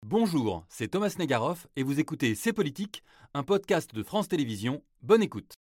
Bonjour, c'est Thomas Negaroff et vous écoutez C'est Politique, un podcast de France Télévisions. Bonne écoute.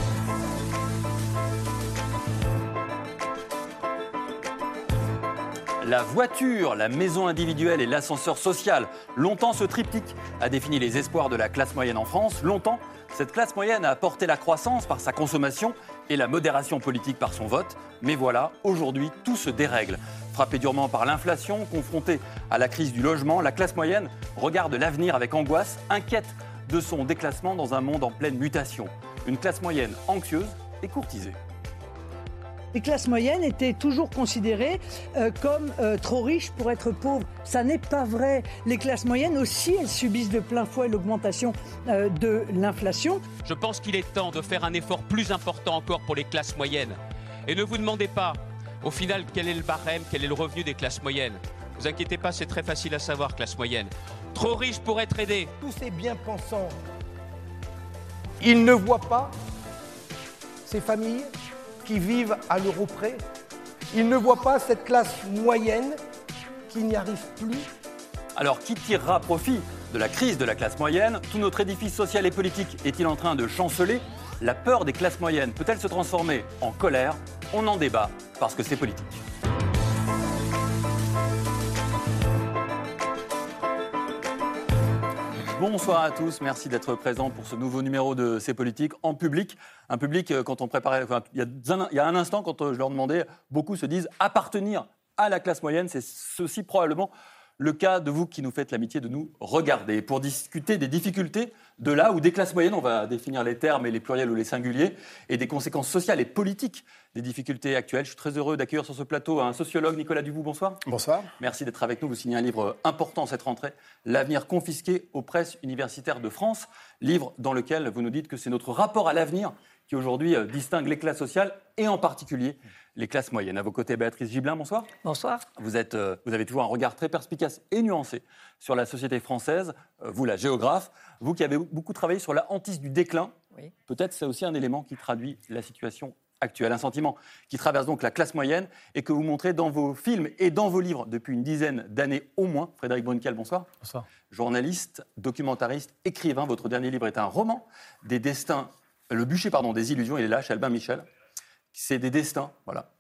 La voiture, la maison individuelle et l'ascenseur social. Longtemps, ce triptyque a défini les espoirs de la classe moyenne en France. Longtemps, cette classe moyenne a apporté la croissance par sa consommation et la modération politique par son vote. Mais voilà, aujourd'hui, tout se dérègle. Frappée durement par l'inflation, confrontée à la crise du logement, la classe moyenne regarde l'avenir avec angoisse, inquiète de son déclassement dans un monde en pleine mutation. Une classe moyenne anxieuse et courtisée. Les classes moyennes étaient toujours considérées comme trop riches pour être pauvres. Ça n'est pas vrai. Les classes moyennes aussi, elles subissent de plein fouet l'augmentation de l'inflation. Je pense qu'il est temps de faire un effort plus important encore pour les classes moyennes. Et ne vous demandez pas, au final, quel est le barème, quel est le revenu des classes moyennes. Ne vous inquiétez pas, c'est très facile à savoir, classe moyenne. Trop riche pour être aidé. Tous ces bien-pensants, ils ne voient pas ces familles qui vivent à l'euro près. Ils ne voient pas cette classe moyenne qui n'y arrive plus. Alors, qui tirera profit de la crise de la classe moyenne? Tout notre édifice social et politique est-il en train de chanceler? La peur des classes moyennes peut-elle se transformer en colère? On en débat parce que c'est politique. Bonsoir à tous, merci d'être présents pour ce nouveau numéro de C'est Politique en public. Un public, quand on préparait, il y a un instant, quand je leur demandais, beaucoup se disent appartenir à la classe moyenne. C'est ceci probablement le cas de vous qui nous faites l'amitié de nous regarder. Pour discuter des difficultés de là ou des classes moyennes, on va définir les termes et les pluriels ou les singuliers, et des conséquences sociales et politiques des difficultés actuelles. Je suis très heureux d'accueillir sur ce plateau un sociologue, Nicolas Duvoux. Bonsoir. Bonsoir. Merci d'être avec nous. Vous signez un livre important cette rentrée, L'avenir confisqué aux presses universitaires de France. Livre dans lequel vous nous dites que c'est notre rapport à l'avenir qui aujourd'hui distingue les classes sociales et en particulier les classes moyennes. À vos côtés, Béatrice Gibelin, bonsoir. Bonsoir. Vous avez toujours un regard très perspicace et nuancé sur la société française. Vous, la géographe, vous qui avez beaucoup travaillé sur la hantise du déclin. Oui. Peut-être c'est aussi un élément qui traduit la situation actuelle, un sentiment qui traverse donc la classe moyenne et que vous montrez dans vos films et dans vos livres depuis une dizaine d'années au moins. Frédéric Brunkel, bonsoir. Bonsoir. Journaliste, documentariste, écrivain. Votre dernier livre est un roman des destins, le bûcher des illusions. Il est là chez Albin Michel. C'est des destins,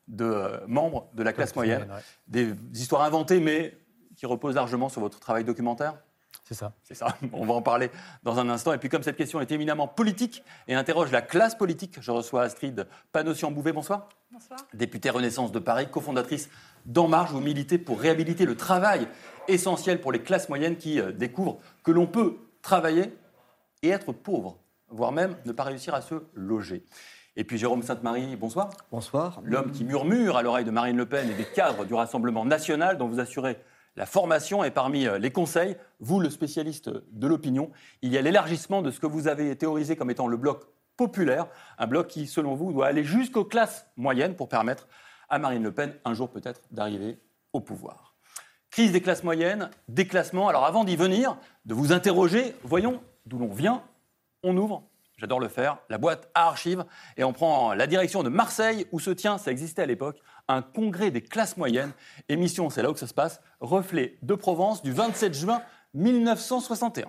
de membres de la classe moyenne, ouais. Des histoires inventées, mais qui reposent largement sur votre travail documentaire. C'est ça. C'est ça, on va en parler dans un instant. Et puis comme cette question est éminemment politique et interroge la classe politique, je reçois Astrid Panosyan-Bouvet, bonsoir. Bonsoir. Députée Renaissance de Paris, cofondatrice d'En Marche, vous militez pour réhabiliter le travail essentiel pour les classes moyennes qui découvrent que l'on peut travailler et être pauvre, voire même ne pas réussir à se loger. Et puis Jérôme Sainte-Marie, bonsoir. Bonsoir. L'homme qui murmure à l'oreille de Marine Le Pen et des cadres du Rassemblement national dont vous assurez la formation. Et parmi les conseils, vous, le spécialiste de l'opinion, il y a l'élargissement de ce que vous avez théorisé comme étant le bloc populaire, un bloc qui, selon vous, doit aller jusqu'aux classes moyennes pour permettre à Marine Le Pen, un jour peut-être, d'arriver au pouvoir. Crise des classes moyennes, déclassement. Alors avant d'y venir, de vous interroger, voyons d'où l'on vient, on ouvre. J'adore le faire, la boîte à archives, et on prend la direction de Marseille, où se tient, ça existait à l'époque, un congrès des classes moyennes. Émission, c'est là où ça se passe, Reflet de Provence, du 27 juin 1961.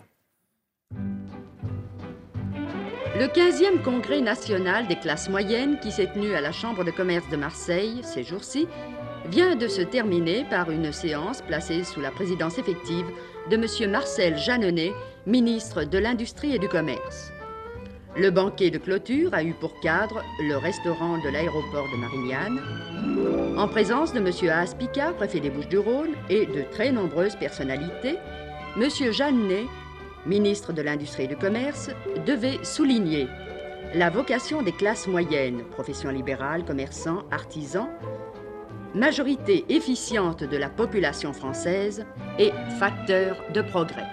Le 15e congrès national des classes moyennes, qui s'est tenu à la Chambre de commerce de Marseille ces jours-ci, vient de se terminer par une séance placée sous la présidence effective de M. Marcel Jeanneney, ministre de l'Industrie et du Commerce. Le banquet de clôture a eu pour cadre le restaurant de l'aéroport de Marignane, en présence de M. Aspica, préfet des Bouches-du-Rhône, et de très nombreuses personnalités. M. Jeanneney, ministre de l'Industrie et du Commerce, devait souligner la vocation des classes moyennes, professions libérales, commerçants, artisans, majorité efficiente de la population française et facteur de progrès.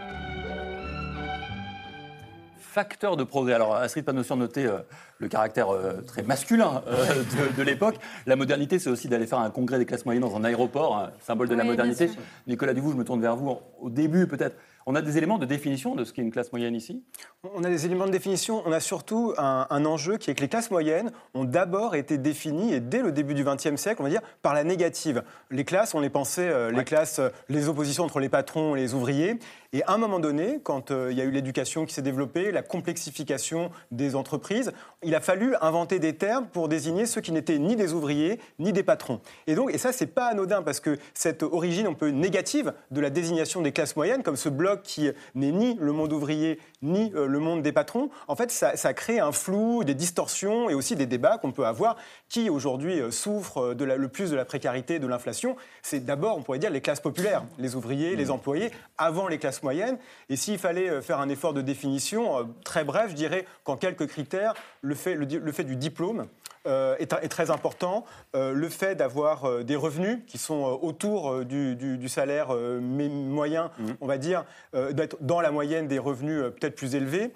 Facteur de progrès. Alors, Astrid Panosyan notait le caractère très masculin de l'époque. La modernité, c'est aussi d'aller faire un congrès des classes moyennes dans un aéroport, un symbole de la modernité. Nicolas Duvoux, je me tourne vers vous. Au début, peut-être, On a des éléments de définition de ce qu'est une classe moyenne ici? On a des éléments de définition. On a surtout un enjeu qui est que les classes moyennes ont d'abord été définies, et dès le début du XXe siècle, on va dire, par la négative. Les classes, on les pensait, les classes, les oppositions entre les patrons et les ouvriers. Et à un moment donné, quand il y a eu l'éducation qui s'est développée, la complexification des entreprises, il a fallu inventer des termes pour désigner ceux qui n'étaient ni des ouvriers, ni des patrons. Et ça, c'est pas anodin, parce que cette origine un peu négative de la désignation des classes moyennes, comme ce bloc qui n'est ni le monde ouvrier, ni le monde des patrons, en fait, ça crée un flou, des distorsions et aussi des débats qu'on peut avoir qui, aujourd'hui, souffrent le plus de la précarité, de l'inflation. C'est d'abord, on pourrait dire, les classes populaires, les ouvriers, les employés, avant les classes moyennes. Et s'il fallait faire un effort de définition, très bref, je dirais qu'en quelques critères, le fait du diplôme est très important. Le fait d'avoir des revenus qui sont autour du salaire moyen, on va dire, d'être dans la moyenne des revenus peut-être plus élevés.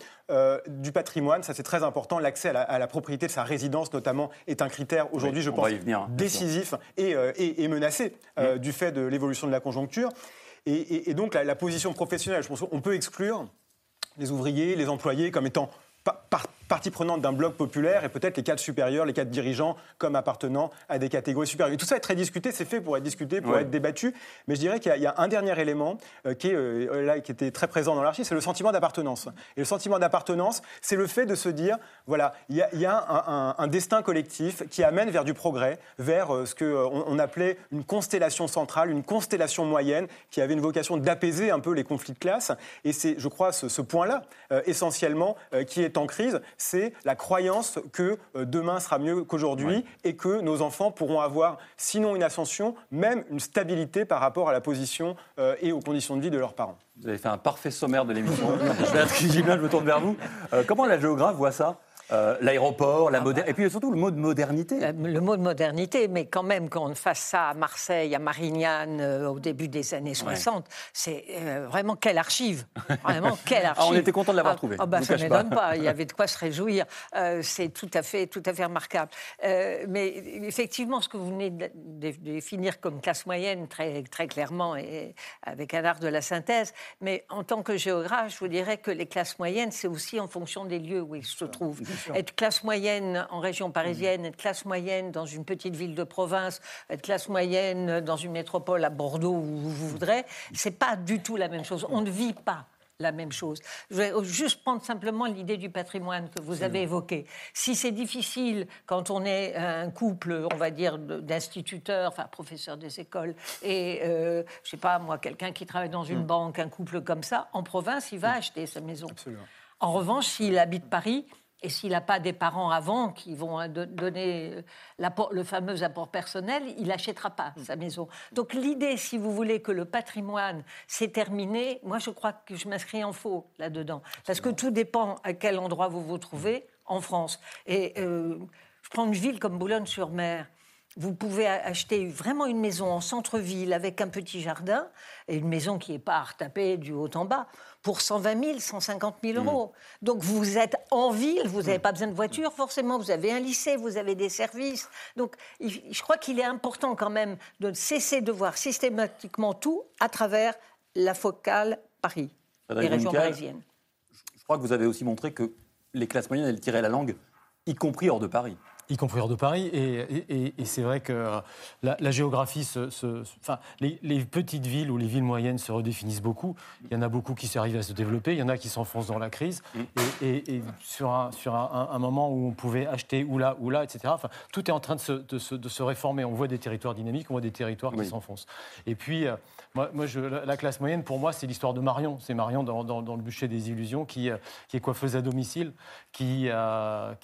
Du patrimoine, ça c'est très important. L'accès à la propriété de sa résidence, notamment, est un critère aujourd'hui, je pense, décisif et menacé du fait de l'évolution de la conjoncture. Et donc la position professionnelle, je pense qu'on peut exclure les ouvriers, les employés comme étant partie prenante d'un bloc populaire et peut-être les cadres supérieurs, les cadres dirigeants comme appartenant à des catégories supérieures. Et tout ça est très discuté, c'est fait pour être discuté, pour être débattu. Mais je dirais qu'il y a un dernier élément qui était très présent dans l'anarchie, c'est le sentiment d'appartenance. Et le sentiment d'appartenance, c'est le fait de se dire, voilà, il y a un destin collectif qui amène vers du progrès, vers ce qu'on appelait une constellation centrale, une constellation moyenne, qui avait une vocation d'apaiser un peu les conflits de classe. Et c'est, je crois, ce point-là, essentiellement, qui est en crise. C'est la croyance que demain sera mieux qu'aujourd'hui et que nos enfants pourront avoir, sinon une ascension, même une stabilité par rapport à la position et aux conditions de vie de leurs parents. Vous avez fait un parfait sommaire de l'émission. Béatrice Gibelin, je me tourne vers vous. Comment la géographe voit ça ? L'aéroport, la modernité, et puis surtout le mot de modernité. Le mot de modernité, mais quand même qu'on fasse ça à Marseille, à Marignane, au début des années 60, c'est vraiment quelle archive. Vraiment, quelle archive. On était content de l'avoir trouvé. Ça ne m'étonne pas, il y avait de quoi se réjouir. C'est tout à fait remarquable. Mais effectivement, ce que vous venez de définir comme classe moyenne, très, très clairement, et avec un art de la synthèse, mais en tant que géographe, je vous dirais que les classes moyennes, c'est aussi en fonction des lieux où ils se trouvent. Être classe moyenne en région parisienne, être classe moyenne dans une petite ville de province, être classe moyenne dans une métropole à Bordeaux où vous voudrez, c'est pas du tout la même chose. On ne vit pas la même chose. Je vais juste prendre simplement l'idée du patrimoine que vous avez évoqué. Si c'est difficile quand on est un couple, on va dire, d'instituteurs, enfin professeurs des écoles, et je sais pas moi, quelqu'un qui travaille dans une banque, un couple comme ça, en province, il va acheter sa maison. Absolument. En revanche, s'il habite Paris, et s'il n'a pas des parents avant qui vont donner le fameux apport personnel, il n'achètera pas sa maison. Donc l'idée, si vous voulez, que le patrimoine s'est terminé, moi je crois que je m'inscris en faux là-dedans. Parce que tout dépend à quel endroit vous vous trouvez en France. Et je prends une ville comme Boulogne-sur-Mer. Vous pouvez acheter vraiment une maison en centre-ville avec un petit jardin, et une maison qui n'est pas à retaper du haut en bas, pour 120 000, 150 000 euros. Donc vous êtes en ville, vous n'avez pas besoin de voiture forcément, vous avez un lycée, vous avez des services. Donc je crois qu'il est important quand même de cesser de voir systématiquement tout à travers la focale Paris, les régions parisiennes. Je crois que vous avez aussi montré que les classes moyennes, elles tiraient la langue, y compris hors de Paris. Y compris hors de Paris, et c'est vrai que la géographie, les petites villes ou les villes moyennes se redéfinissent beaucoup. Il y en a beaucoup qui arrivent à se développer, il y en a qui s'enfoncent dans la crise, et sur un moment où on pouvait acheter ou là, etc., enfin, tout est en train de se réformer. On voit des territoires dynamiques, on voit des territoires qui s'enfoncent. Et puis, la classe moyenne, pour moi, c'est l'histoire de Marion. C'est Marion dans Le bûcher des illusions, qui est coiffeuse à domicile, qui a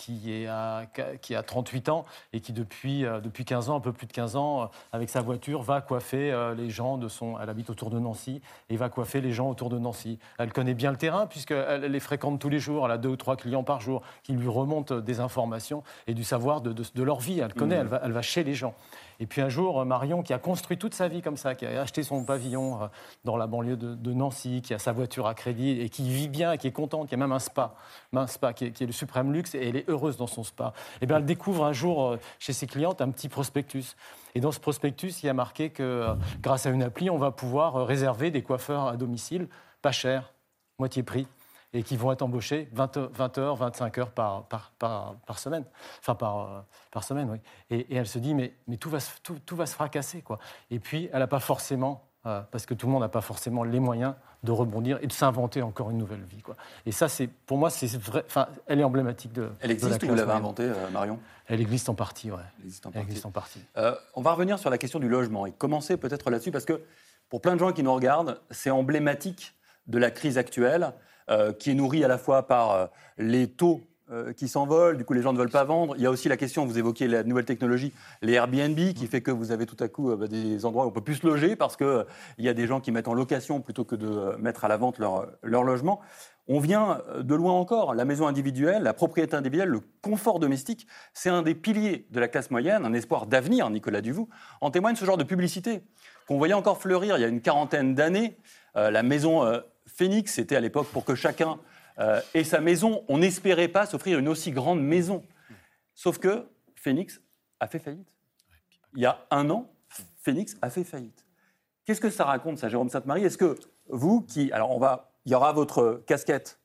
38 ans et qui, depuis 15 ans, un peu plus de 15 ans, avec sa voiture, va coiffer les gens elle habite autour de Nancy, et va coiffer les gens autour de Nancy. Elle connaît bien le terrain, puisqu'elle les fréquente tous les jours. Elle a 2 ou 3 clients par jour qui lui remontent des informations et du savoir de leur vie. Elle connaît, elle va chez les gens. Et puis un jour, Marion, qui a construit toute sa vie comme ça, qui a acheté son pavillon dans la banlieue de Nancy, qui a sa voiture à crédit et qui vit bien, et qui est contente, qui a même un spa qui est le suprême luxe, et elle est heureuse dans son spa. Et bien, elle découvre un jour chez ses clientes un petit prospectus. Et dans ce prospectus, il y a marqué que grâce à une appli, on va pouvoir réserver des coiffeurs à domicile, pas cher, moitié prix, et qui vont être embauchés 20 heures, 25 heures par semaine. Enfin, par semaine, oui. Et elle se dit, mais tout va se fracasser, quoi. Et puis, elle n'a pas forcément, parce que tout le monde n'a pas forcément les moyens de rebondir et de s'inventer encore une nouvelle vie, quoi. Et ça, pour moi, c'est vrai. Enfin, elle est emblématique de. Elle existe ou vous l'avez inventée, Marion ? Elle existe en partie, oui. Elle existe en partie. On va revenir sur la question du logement et commencer peut-être là-dessus parce que pour plein de gens qui nous regardent, c'est emblématique de la crise actuelle qui est nourrie à la fois par les taux qui s'envolent, du coup les gens ne veulent pas vendre. Il y a aussi la question, vous évoquez la nouvelle technologie, les Airbnb, qui fait que vous avez tout à coup des endroits où on ne peut plus se loger parce qu'il y a des gens qui mettent en location plutôt que de mettre à la vente leur logement. On vient de loin encore. La maison individuelle, la propriété individuelle, le confort domestique, c'est un des piliers de la classe moyenne, un espoir d'avenir, Nicolas Duvaux. En témoigne ce genre de publicité qu'on voyait encore fleurir il y a une quarantaine d'années. La maison Phoenix, c'était à l'époque pour que chacun ait sa maison. On n'espérait pas s'offrir une aussi grande maison. Sauf que Phoenix a fait faillite. Il y a 1 an, Phoenix a fait faillite. Qu'est-ce que ça raconte, ça, Jérôme Sainte-Marie ? Est-ce que vous, qui... Alors, il y aura votre casquette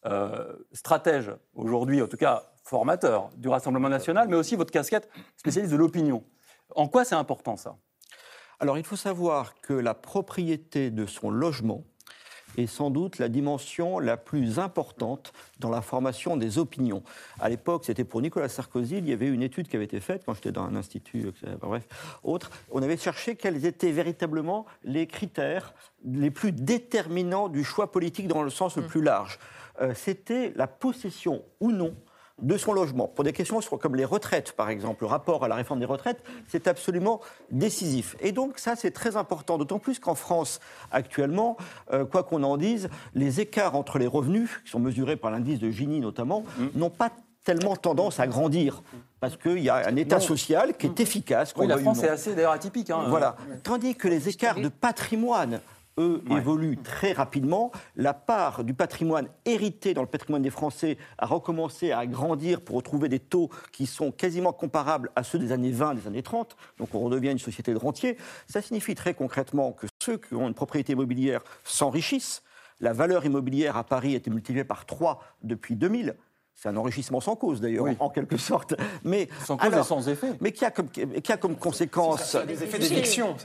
stratège aujourd'hui, en tout cas formateur du Rassemblement national, mais aussi votre casquette spécialiste de l'opinion. En quoi c'est important, ça ? Alors, il faut savoir que la propriété de son logement est sans doute la dimension la plus importante dans la formation des opinions. À l'époque, c'était pour Nicolas Sarkozy, il y avait une étude qui avait été faite, quand j'étais dans un institut, autre, on avait cherché quels étaient véritablement les critères les plus déterminants du choix politique dans le sens le plus large. C'était la possession ou non de son logement. Pour des questions comme les retraites, par exemple, le rapport à la réforme des retraites, c'est absolument décisif. Et donc ça, c'est très important, d'autant plus qu'en France, actuellement, quoi qu'on en dise, les écarts entre les revenus, qui sont mesurés par l'indice de Gini notamment, n'ont pas tellement tendance à grandir, parce qu'il y a un État social qui est efficace. Oui, la France est assez d'ailleurs atypique. Voilà. Tandis que les écarts de patrimoine, eux, évoluent très rapidement. La part du patrimoine hérité dans le patrimoine des Français a recommencé à grandir pour retrouver des taux qui sont quasiment comparables à ceux des années 20, des années 30. Donc on redevient une société de rentiers. Ça signifie très concrètement que ceux qui ont une propriété immobilière s'enrichissent. La valeur immobilière à Paris a été multipliée par 3 depuis 2000. C'est un enrichissement sans cause, d'ailleurs, en quelque sorte. Mais, sans cause et sans effet. Mais qui a comme conséquence... Ça a des effets d'éviction.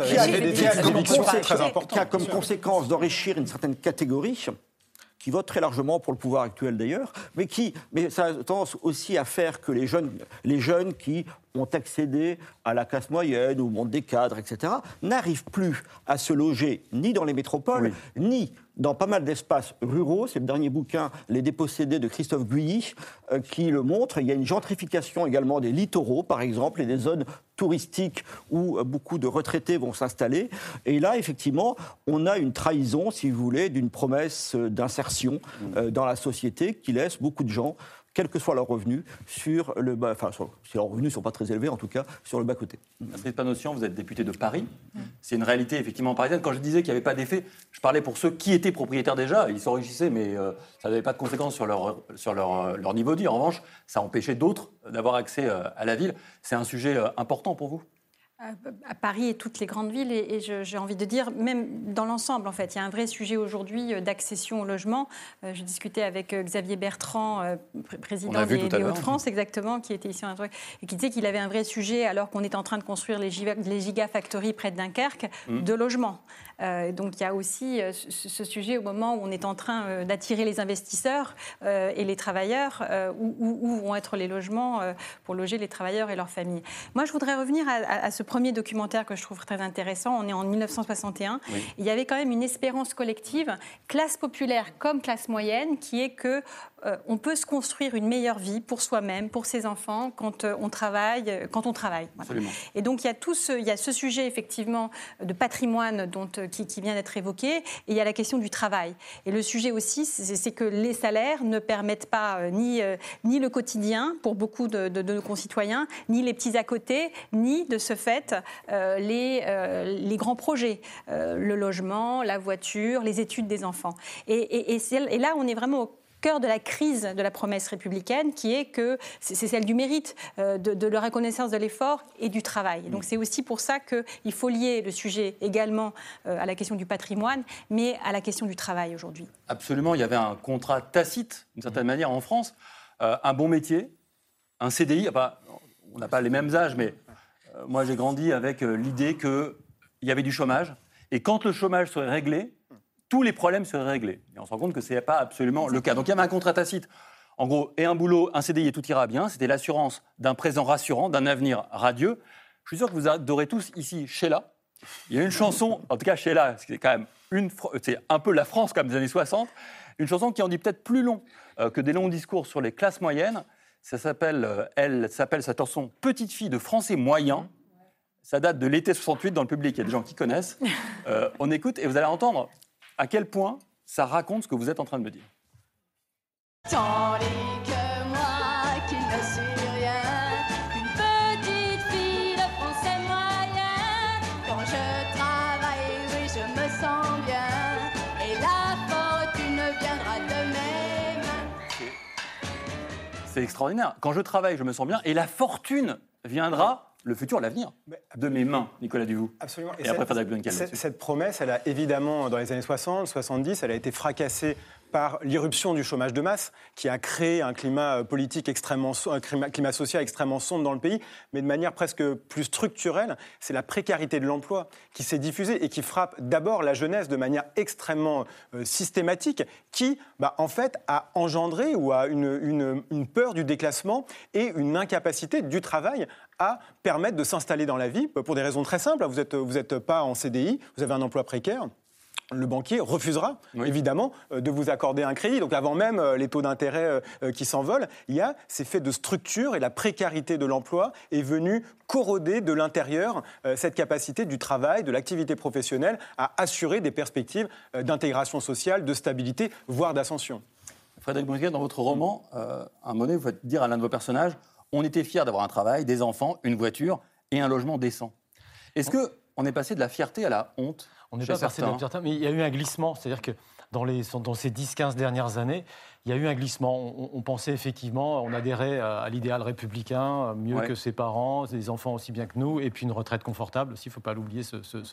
Qui a comme conséquence d'enrichir une certaine catégorie, qui vote très largement pour le pouvoir actuel, d'ailleurs, mais ça a tendance aussi à faire que les jeunes qui ont accédé à la classe moyenne, au monde des cadres, etc., n'arrivent plus à se loger ni dans les métropoles, ni dans pas mal d'espaces ruraux. C'est le dernier bouquin, Les dépossédés de Christophe Guilly, qui le montre. Il y a une gentrification également des littoraux, par exemple, et des zones touristiques où beaucoup de retraités vont s'installer. Et là, effectivement, on a une trahison, si vous voulez, d'une promesse d'insertion dans la société qui laisse beaucoup de gens, quels que soient leurs revenus, si leurs revenus ne sont pas très élevés, en tout cas, sur le bas-côté. Astrid Panosyan, vous êtes députée de Paris. C'est une réalité, effectivement, parisienne. Quand je disais qu'il n'y avait pas d'effet, je parlais pour ceux qui étaient propriétaires déjà. Ils s'enrichissaient, mais ça n'avait pas de conséquences sur leur niveau de vie. En revanche, ça empêchait d'autres d'avoir accès à la ville. C'est un sujet important pour vous ? À Paris et toutes les grandes villes, et j'ai envie de dire, même dans l'ensemble, en fait. Il y a un vrai sujet aujourd'hui d'accession au logement. Je discutais avec Xavier Bertrand, président des Hauts-de-France, exactement, qui était ici et qui disait qu'il avait un vrai sujet, alors qu'on est en train de construire les gigafactories près de Dunkerque, de logement. Donc il y a aussi ce sujet au moment où on est en train d'attirer les investisseurs et les travailleurs, où vont être les logements pour loger les travailleurs et leurs familles. Moi, je voudrais revenir à ce premier documentaire que je trouve très intéressant. On est en 1961. Oui. Il y avait quand même une espérance collective, classe populaire comme classe moyenne, qui est que on peut se construire une meilleure vie pour soi-même, pour ses enfants, quand on travaille. Voilà. Et donc il y a ce sujet effectivement de patrimoine qui vient d'être évoquée, et il y a la question du travail. Et le sujet aussi, c'est que les salaires ne permettent pas ni le quotidien pour beaucoup de nos concitoyens, ni les petits à côté, ni de ce fait les grands projets, le logement, la voiture, les études des enfants. Et là, on est vraiment au cœur de la crise de la promesse républicaine, qui est que c'est celle du mérite, de la reconnaissance de l'effort et du travail. Donc c'est aussi pour ça qu'il faut lier le sujet également à la question du patrimoine, mais à la question du travail aujourd'hui. Absolument, il y avait un contrat tacite, d'une certaine manière, en France, un bon métier, un CDI, on n'a pas les mêmes âges, mais moi j'ai grandi avec l'idée qu'il y avait du chômage, et quand le chômage serait réglé, tous les problèmes seraient réglés. Et on se rend compte que ce n'est pas absolument le cas. Donc il y avait un contrat tacite. En gros, et un boulot, un CDI et tout ira bien. C'était l'assurance d'un présent rassurant, d'un avenir radieux. Je suis sûr que vous adorez tous ici Sheila. Il y a une chanson, en tout cas Sheila, c'est quand même c'est un peu la France comme des années 60, une chanson qui en dit peut-être plus long que des longs discours sur les classes moyennes. Elle s'appelle sa chanson « Petite fille de français moyen ». Ça date de l'été 68 dans le public. Il y a des gens qui connaissent. On écoute et vous allez entendre à quel point ça raconte ce que vous êtes en train de me dire. Tandis que moi qui ne suis rien, une petite fille de français moyen, quand je travaille, oui, je me sens bien, et la fortune viendra de mes mains. C'est extraordinaire. Quand je travaille, je me sens bien, et la fortune viendra. Le futur, l'avenir, de mes mains, Nicolas Duvoux. Absolument. Et après, Frédéric Blanquel. Cette promesse, elle a évidemment, dans les années 60, 70, elle a été fracassée par l'irruption du chômage de masse, qui a créé un climat politique un climat social extrêmement sombre dans le pays, mais de manière presque plus structurelle, c'est la précarité de l'emploi qui s'est diffusée et qui frappe d'abord la jeunesse de manière extrêmement systématique, qui, en fait, a engendré ou a une peur du déclassement et une incapacité du travail à permettre de s'installer dans la vie, pour des raisons très simples. Vous êtes pas en CDI, vous avez un emploi précaire. Le banquier refusera, évidemment, de vous accorder un crédit. Donc avant même les taux d'intérêt qui s'envolent, il y a ces faits de structure, et la précarité de l'emploi est venue corroder de l'intérieur cette capacité du travail, de l'activité professionnelle à assurer des perspectives d'intégration sociale, de stabilité, voire d'ascension. Frédéric Blanquel, dans votre roman, à un moment donné, vous faites dire à l'un de vos personnages, on était fiers d'avoir un travail, des enfants, une voiture et un logement décent. Est-ce qu'on est passé de la fierté à la honte? On n'est pas passé de la fierté, mais il y a eu un glissement. C'est-à-dire que dans ces 10-15 dernières années, il y a eu un glissement. On pensait effectivement, on adhérait à l'idéal républicain, mieux que ses parents, des enfants aussi bien que nous, et puis une retraite confortable aussi, il ne faut pas l'oublier,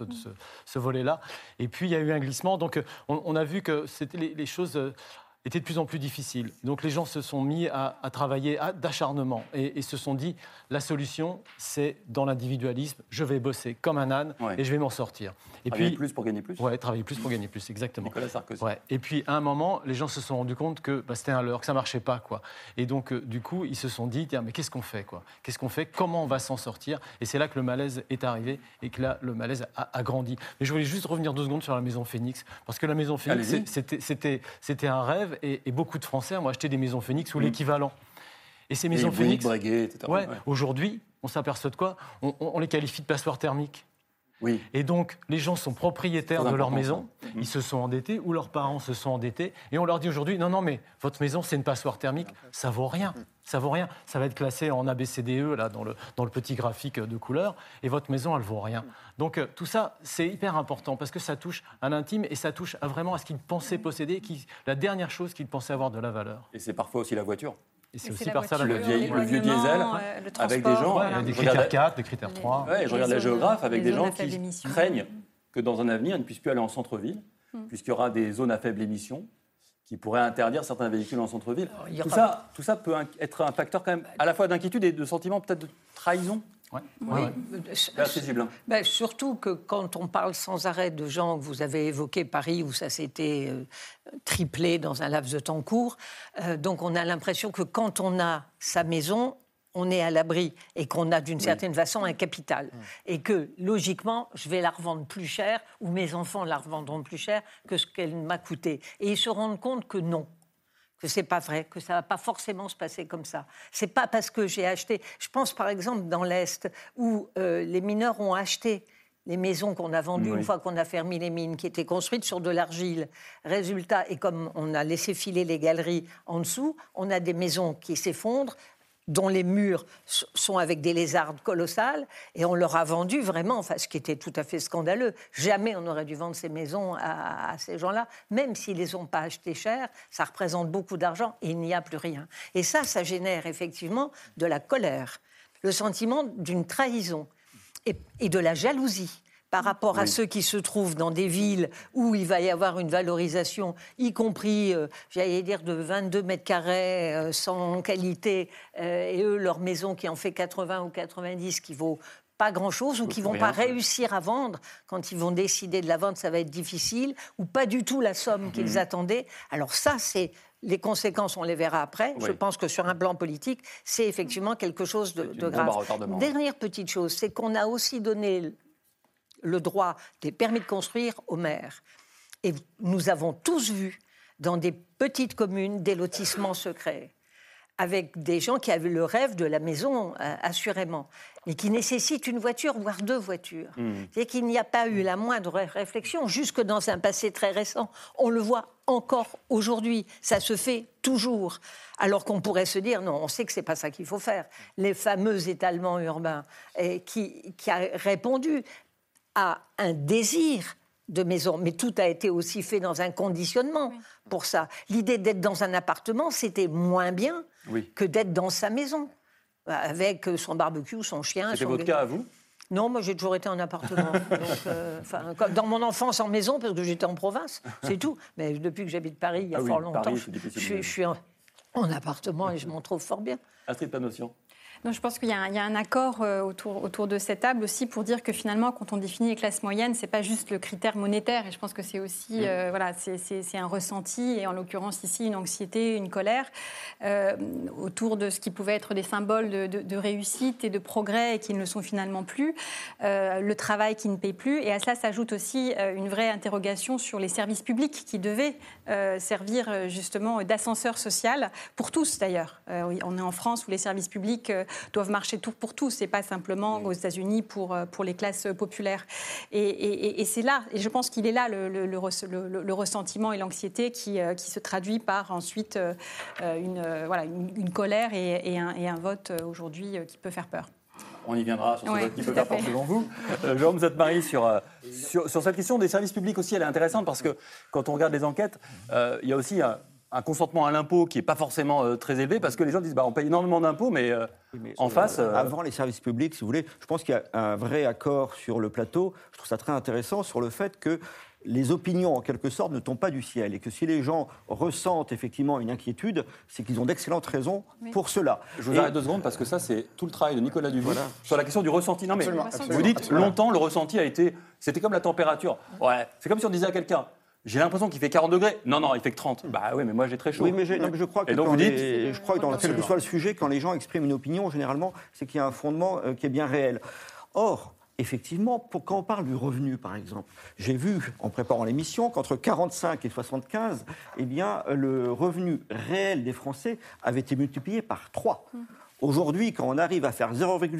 ce volet-là. Et puis il y a eu un glissement. Donc on a vu que les choses était de plus en plus difficile. Donc les gens se sont mis à travailler d'acharnement et se sont dit, la solution, c'est dans l'individualisme, je vais bosser comme un âne et je vais m'en sortir. Et travailler plus pour gagner plus. Oui, travailler plus pour gagner plus, exactement. Nicolas Sarkozy. Ouais. Et puis à un moment, les gens se sont rendus compte que c'était un leurre, que ça ne marchait pas, quoi. Et donc du coup, ils se sont dit, tiens, mais qu'est-ce qu'on fait, quoi? Qu'est-ce qu'on fait? Comment on va s'en sortir? Et c'est là que le malaise est arrivé et que là, le malaise a grandi. Mais je voulais juste revenir 2 secondes sur la Maison Phoenix, parce que la Maison Phoenix, c'était un rêve. Et beaucoup de Français ont acheté des maisons Phoenix ou l'équivalent. Et ces maisons Phoenix, Breguet, etc. Aujourd'hui, on s'aperçoit de quoi? On les qualifie de passoires thermiques. Oui. Et donc, les gens sont propriétaires de leur maison, ils se sont endettés, ou leurs parents se sont endettés, et on leur dit aujourd'hui, non, mais votre maison, c'est une passoire thermique, ça vaut rien. Ça vaut rien. Ça va être classé en ABCDE, là, dans le petit graphique de couleur, et votre maison, elle vaut rien. Donc, tout ça, c'est hyper important, parce que ça touche à l'intime, et ça touche vraiment à ce qu'ils pensaient posséder, la dernière chose qu'ils pensaient avoir de la valeur. Et c'est parfois aussi la voiture. Et c'est aussi par ça le vieux diesel, avec des gens... des critères 4, des critères 3. Ouais, je regarde la géographe avec des gens qui craignent que dans un avenir, ils ne puissent plus aller en centre-ville, puisqu'il y aura des zones à faible émission qui pourraient interdire certains véhicules en centre-ville. Tout ça peut être un facteur quand même à la fois d'inquiétude et de sentiment peut-être de trahison. Surtout que quand on parle sans arrêt de gens que vous avez évoqués, Paris, où ça s'était triplé dans un laps de temps court, donc on a l'impression que quand on a sa maison, on est à l'abri et qu'on a d'une certaine façon un capital. Et que, logiquement, je vais la revendre plus cher ou mes enfants la revendront plus cher que ce qu'elle m'a coûté. Et ils se rendent compte que non, que c'est pas vrai, que ça va pas forcément se passer comme ça. C'est pas parce que j'ai acheté... Je pense, par exemple, dans l'Est, où les mineurs ont acheté les maisons qu'on a vendues Oui. une fois qu'on a fermé les mines, qui étaient construites sur de l'argile. Résultat, et comme on a laissé filer les galeries en dessous, on a des maisons qui s'effondrent, dont les murs sont avec des lézardes colossales, et on leur a vendu vraiment, enfin, ce qui était tout à fait scandaleux. Jamais on aurait dû vendre ces maisons à ces gens-là, même s'ils ne les ont pas achetées cher, ça représente beaucoup d'argent et il n'y a plus rien. Et ça génère effectivement de la colère, le sentiment d'une trahison et de la jalousie par rapport à ceux qui se trouvent dans des villes où il va y avoir une valorisation, y compris, j'allais dire, de 22 mètres carrés sans qualité, et eux, leur maison qui en fait 80 ou 90, qui vaut pas grand-chose, ou qui vont pas réussir à vendre. Quand ils vont décider de la vendre, ça va être difficile, ou pas du tout la somme qu'ils attendaient. Alors ça, c'est... Les conséquences, on les verra après. Oui. Je pense que sur un plan politique, c'est effectivement quelque chose de grave. Dernière petite chose, c'est qu'on a aussi donné le droit des permis de construire aux maires. Et nous avons tous vu dans des petites communes des lotissements secrets, avec des gens qui avaient le rêve de la maison, assurément, mais qui nécessitent une voiture, voire 2 voitures. C'est qu'il n'y a pas eu la moindre réflexion, jusque dans un passé très récent. On le voit encore aujourd'hui. Ça se fait toujours. Alors qu'on pourrait se dire, non, on sait que ce n'est pas ça qu'il faut faire. Les fameux étalements urbains qui a répondu à un désir de maison, mais tout a été aussi fait dans un conditionnement pour ça. L'idée d'être dans un appartement, c'était moins bien que d'être dans sa maison, avec son barbecue, son chien. C'était votre cas à vous ? Non, moi j'ai toujours été en appartement. Donc, comme dans mon enfance en maison, parce que j'étais en province, c'est tout. Mais depuis que j'habite Paris, il y a fort longtemps, Paris, je suis en appartement et je m'en trouve fort bien. Astrid Panosyan. Donc, je pense qu'il y a un accord autour de cette table aussi pour dire que finalement, quand on définit les classes moyennes, c'est pas juste le critère monétaire. Et je pense que c'est aussi, voilà, c'est un ressenti et en l'occurrence ici une anxiété, une colère autour de ce qui pouvait être des symboles de réussite et de progrès et qui ne le sont finalement plus, le travail qui ne paye plus. Et à cela s'ajoute aussi une vraie interrogation sur les services publics qui devaient servir justement d'ascenseur social pour tous d'ailleurs. On est en France où les services publics doivent marcher tout pour tous, et pas simplement aux États-Unis pour les classes populaires. Et c'est là, et je pense qu'il est là le ressentiment et l'anxiété qui se traduit par ensuite une colère et un vote aujourd'hui qui peut faire peur. On y viendra sur ce vote qui peut faire peur devant vous. Jérôme Zatmary, sur cette question des services publics aussi, elle est intéressante parce que quand on regarde les enquêtes, il y a aussi un consentement à l'impôt qui n'est pas forcément très élevé parce que les gens disent on paye énormément d'impôts, mais en face... Avant les services publics, si vous voulez, je pense qu'il y a un vrai accord sur le plateau. Je trouve ça très intéressant sur le fait que les opinions, en quelque sorte, ne tombent pas du ciel et que si les gens ressentent effectivement une inquiétude, c'est qu'ils ont d'excellentes raisons pour cela. Je vous arrête 2 secondes parce que ça, c'est tout le travail de Nicolas Duvy sur la question du ressenti. Non, mais Absolument. vous dites, longtemps, le ressenti a été... C'était comme la température. Ouais, c'est comme si on disait à quelqu'un... J'ai l'impression qu'il fait 40 degrés. Non, il fait que 30. Bah oui, mais moi j'ai très chaud. Oui, mais je crois que, je crois que dans quel que soit le sujet, quand les gens expriment une opinion, généralement, c'est qu'il y a un fondement qui est bien réel. Or, effectivement, quand on parle du revenu, par exemple, j'ai vu, en préparant l'émission, qu'entre 45 et 75, eh bien, le revenu réel des Français avait été multiplié par 3. Aujourd'hui, quand on arrive à faire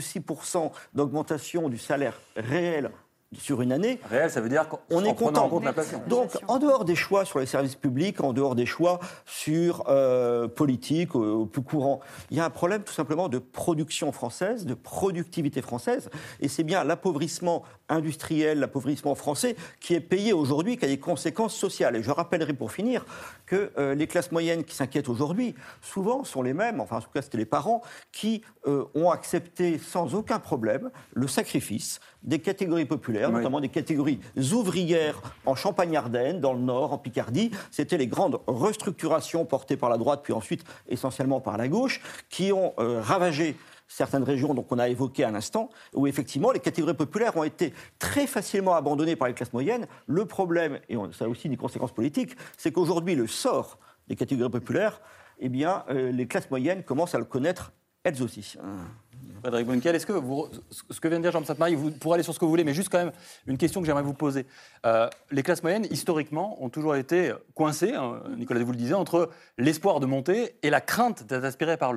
0,6% d'augmentation du salaire réel sur une année... Réel, ça veut dire qu'on est content. En compte l'inflation. Donc, en dehors des choix sur les services publics, en dehors des choix sur politique, au plus courant, il y a un problème tout simplement de production française, de productivité française, et c'est bien l'appauvrissement industriel, l'appauvrissement français qui est payé aujourd'hui, qui a des conséquences sociales. Et je rappellerai pour finir que les classes moyennes qui s'inquiètent aujourd'hui, souvent sont les mêmes, enfin en tout cas c'était les parents, qui ont accepté sans aucun problème le sacrifice des catégories populaires, notamment des catégories ouvrières en Champagne-Ardenne, dans le Nord, en Picardie. C'était les grandes restructurations portées par la droite, puis ensuite essentiellement par la gauche, qui ont ravagé certaines régions, donc on a évoqué à l'instant, où effectivement les catégories populaires ont été très facilement abandonnées par les classes moyennes. Le problème, et ça a aussi des conséquences politiques, c'est qu'aujourd'hui le sort des catégories populaires, eh bien les classes moyennes commencent à le connaître elles aussi. Frédéric Bounkel, est-ce que ce que vient de dire Jérôme Zatmary, vous pourrez aller sur ce que vous voulez, mais juste quand même une question que j'aimerais vous poser. Les classes moyennes, historiquement, ont toujours été coincées, Nicolas vous le disait, entre l'espoir de monter et la crainte d'être aspiré par le bas.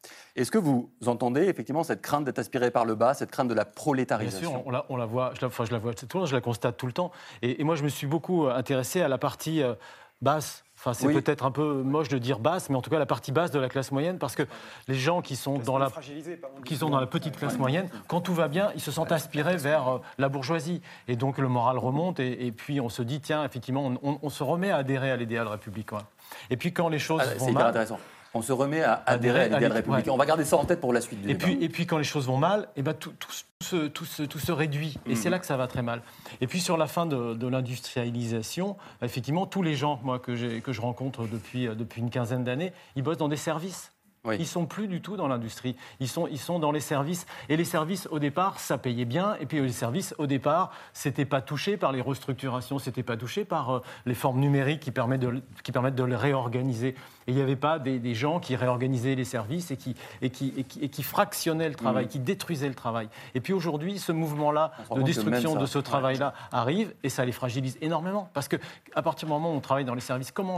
Est-ce que vous entendez effectivement cette crainte d'être aspiré par le bas, cette crainte de la prolétarisation ? Bien sûr, on la voit, je la vois tout le temps, je la constate tout le temps. Et moi, je me suis beaucoup intéressé à la partie basse. Enfin, c'est peut-être un peu moche de dire basse, mais en tout cas la partie basse de la classe moyenne, parce que les gens qui sont dans la petite classe moyenne, quand tout va bien, ils se sentent aspirés vers la bourgeoisie. Et donc le moral remonte, et puis on se dit, tiens, effectivement, on se remet à adhérer à l'idéal républicain. Et puis quand les choses vont c'est mal... intéressant. On se remet à adhérer à l'idéal républicain. On va garder ça en tête pour la suite du débat. Et puis quand les choses vont mal, eh ben, tout se réduit. Et c'est là que ça va très mal. Et puis sur la fin de l'industrialisation, effectivement, tous les gens que je rencontre depuis une quinzaine d'années, ils bossent dans des services. Oui. Ils ne sont plus du tout dans l'industrie. Ils sont dans les services. Et les services, au départ, ça payait bien. Et puis les services, au départ, ce n'était pas touché par les restructurations, ce n'était pas touché par les formes numériques qui permettent de les réorganiser. Et il n'y avait pas des gens qui réorganisaient les services et qui fractionnaient le travail, qui détruisaient le travail. Et puis aujourd'hui, ce mouvement-là de destruction de ce travail-là arrive et ça les fragilise énormément. Parce qu'à partir du moment où on travaille dans les services, comment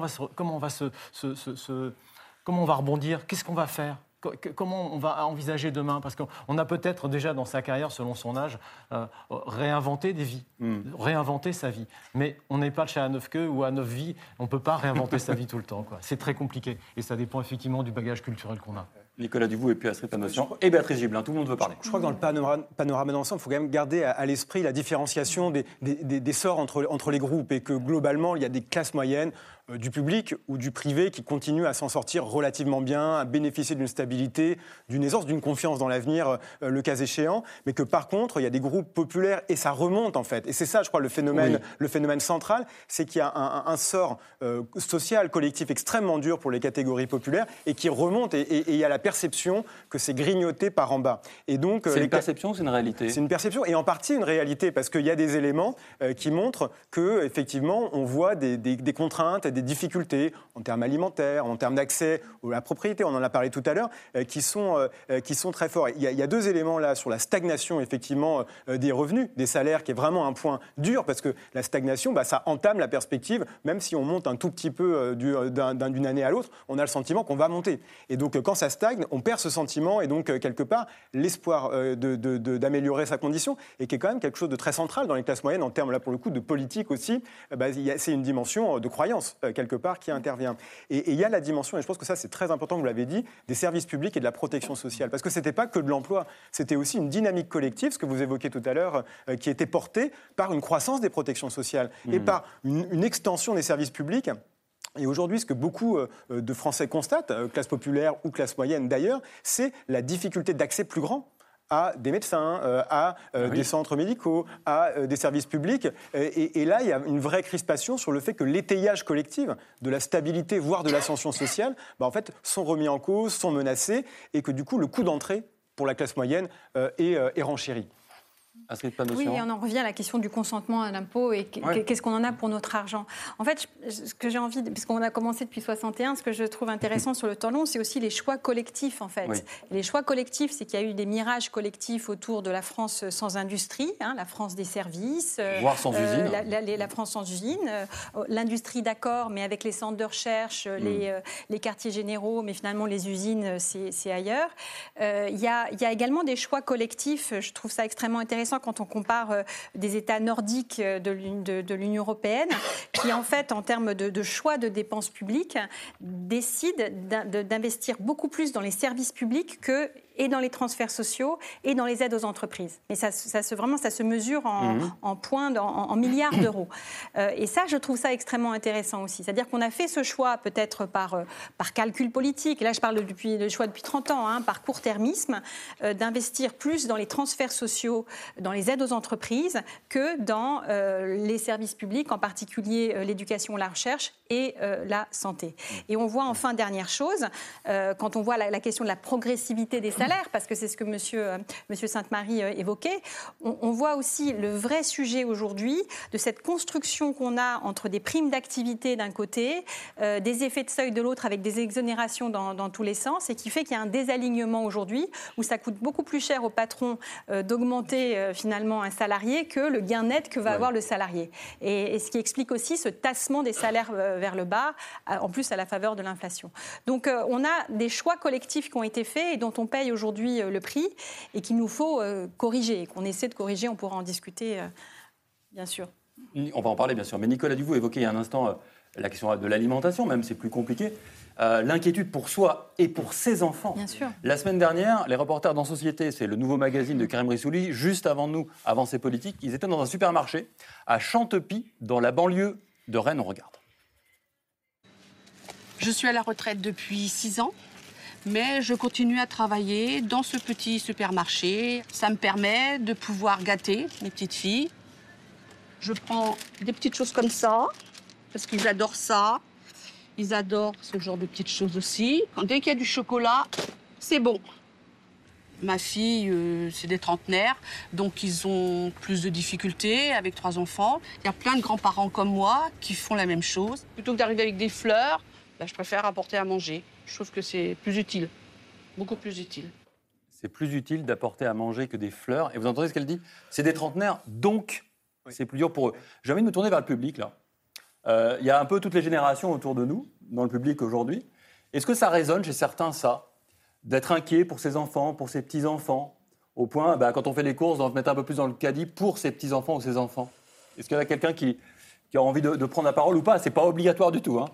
on va rebondir ? Qu'est-ce qu'on va faire ? Comment on va envisager demain ? Parce qu'on a peut-être déjà dans sa carrière, selon son âge, réinventé des vies, réinventé sa vie. Mais on n'est pas chez à 9 queues ou à 9 vies, on ne peut pas réinventer sa vie tout le temps. C'est très compliqué et ça dépend effectivement du bagage culturel qu'on a. Nicolas Duvaux et puis Astrid Panosyan et Béatrice Gibelin, tout le monde veut parler. Je crois que dans le panorama d'ensemble, il faut quand même garder à l'esprit la différenciation des sorts entre les groupes et que globalement, il y a des classes moyennes du public ou du privé qui continuent à s'en sortir relativement bien, à bénéficier d'une stabilité, d'une aisance, d'une confiance dans l'avenir, le cas échéant, mais que par contre, il y a des groupes populaires et ça remonte en fait. Et c'est ça, je crois, le phénomène central, c'est qu'il y a un sort social, collectif extrêmement dur pour les catégories populaires et qui remonte et il y a la perception que c'est grignoté par en bas. Et donc, c'est une perception ou c'est une réalité ? C'est une perception et en partie une réalité parce qu'il y a des éléments qui montrent qu'effectivement, on voit des contraintes, des difficultés en termes alimentaires, en termes d'accès à la propriété, on en a parlé tout à l'heure, qui sont très forts. Il y a deux éléments là sur la stagnation effectivement des revenus, des salaires, qui est vraiment un point dur parce que la stagnation, ça entame la perspective, même si on monte un tout petit peu d'une année à l'autre, on a le sentiment qu'on va monter. Et donc quand ça stagne, on perd ce sentiment et donc quelque part l'espoir d'améliorer sa condition et qui est quand même quelque chose de très central dans les classes moyennes en termes là pour le coup de politique aussi, c'est une dimension de croyance quelque part qui intervient. Et il y a la dimension, et je pense que ça c'est très important, vous l'avez dit, des services publics et de la protection sociale. Parce que ce n'était pas que de l'emploi, c'était aussi une dynamique collective, ce que vous évoquiez tout à l'heure, qui était portée par une croissance des protections sociales et par une extension des services publics. Et aujourd'hui, ce que beaucoup de Français constatent, classe populaire ou classe moyenne d'ailleurs, c'est la difficulté d'accès plus grand à des médecins, à des centres médicaux, à des services publics. Et là, il y a une vraie crispation sur le fait que l'étayage collectif de la stabilité, voire de l'ascension sociale, en fait, sont remis en cause, sont menacés, et que du coup, le coût d'entrée pour la classe moyenne est renchéri. Oui, et on en revient à la question du consentement à l'impôt et qu'est-ce qu'on en a pour notre argent. En fait, ce que j'ai envie, puisqu'on a commencé depuis 61, ce que je trouve intéressant sur le temps long, c'est aussi les choix collectifs, en fait. Oui. Les choix collectifs, c'est qu'il y a eu des mirages collectifs autour de la France sans industrie, la France des services. Voire sans usine. La France sans usine. L'industrie, d'accord, mais avec les centres de recherche, les quartiers généraux, mais finalement, les usines, c'est ailleurs. Il y a également des choix collectifs, je trouve ça extrêmement intéressant quand on compare des États nordiques de l'Union européenne, qui en fait, en termes de choix de dépenses publiques, décident d'investir beaucoup plus dans les services publics et dans les transferts sociaux et dans les aides aux entreprises. Et ça se mesure en poinds, en milliards d'euros. Et ça, je trouve ça extrêmement intéressant aussi. C'est-à-dire qu'on a fait ce choix peut-être par calcul politique, et là je parle de choix depuis 30 ans, par court-termisme, d'investir plus dans les transferts sociaux, dans les aides aux entreprises, que dans les services publics, en particulier l'éducation, la recherche et la santé. Et on voit enfin, dernière chose, quand on voit la question de la progressivité des salaires, salaires, parce que c'est ce que monsieur Sainte-Marie évoquait. On voit aussi le vrai sujet aujourd'hui de cette construction qu'on a entre des primes d'activité d'un côté, des effets de seuil de l'autre, avec des exonérations dans tous les sens, et qui fait qu'il y a un désalignement aujourd'hui où ça coûte beaucoup plus cher au patron d'augmenter finalement un salarié que le gain net que va avoir le salarié. Et ce qui explique aussi ce tassement des salaires vers le bas, en plus à la faveur de l'inflation. Donc on a des choix collectifs qui ont été faits et dont on paye aujourd'hui le prix et qu'il nous faut corriger, et qu'on essaie de corriger, on pourra en discuter bien sûr. On va en parler bien sûr, mais Nicolas Duvaux évoquait il y a un instant la question de l'alimentation, même c'est plus compliqué. L'inquiétude pour soi et pour ses enfants. Bien sûr. La semaine dernière, les reporters dans Société, c'est le nouveau magazine de Karim Rissouli, juste avant nous, avant ces politiques, ils étaient dans un supermarché à Chantepie, dans la banlieue de Rennes. On regarde. Je suis à la retraite depuis 6 ans, mais je continue à travailler dans ce petit supermarché. Ça me permet de pouvoir gâter mes petites filles. Je prends des petites choses comme ça, parce qu'ils adorent ça. Ils adorent ce genre de petites choses aussi. Dès qu'il y a du chocolat, c'est bon. Ma fille, c'est des trentenaires, donc ils ont plus de difficultés avec 3 enfants. Il y a plein de grands-parents comme moi qui font la même chose. Plutôt que d'arriver avec des fleurs, je préfère apporter à manger. Je trouve que c'est plus utile, beaucoup plus utile. C'est plus utile d'apporter à manger que des fleurs. Et vous entendez ce qu'elle dit ? C'est des trentenaires, donc c'est plus dur pour eux. J'ai envie de me tourner vers le public, là. Il y a un peu toutes les générations autour de nous, dans le public aujourd'hui. Est-ce que ça résonne chez certains, ça, d'être inquiet pour ses enfants, pour ses petits-enfants, au point, quand on fait les courses, d'en mettre un peu plus dans le caddie pour ses petits-enfants ou ses enfants ? Est-ce qu'il y a quelqu'un qui a envie de prendre la parole ou pas ? C'est pas obligatoire du tout, hein.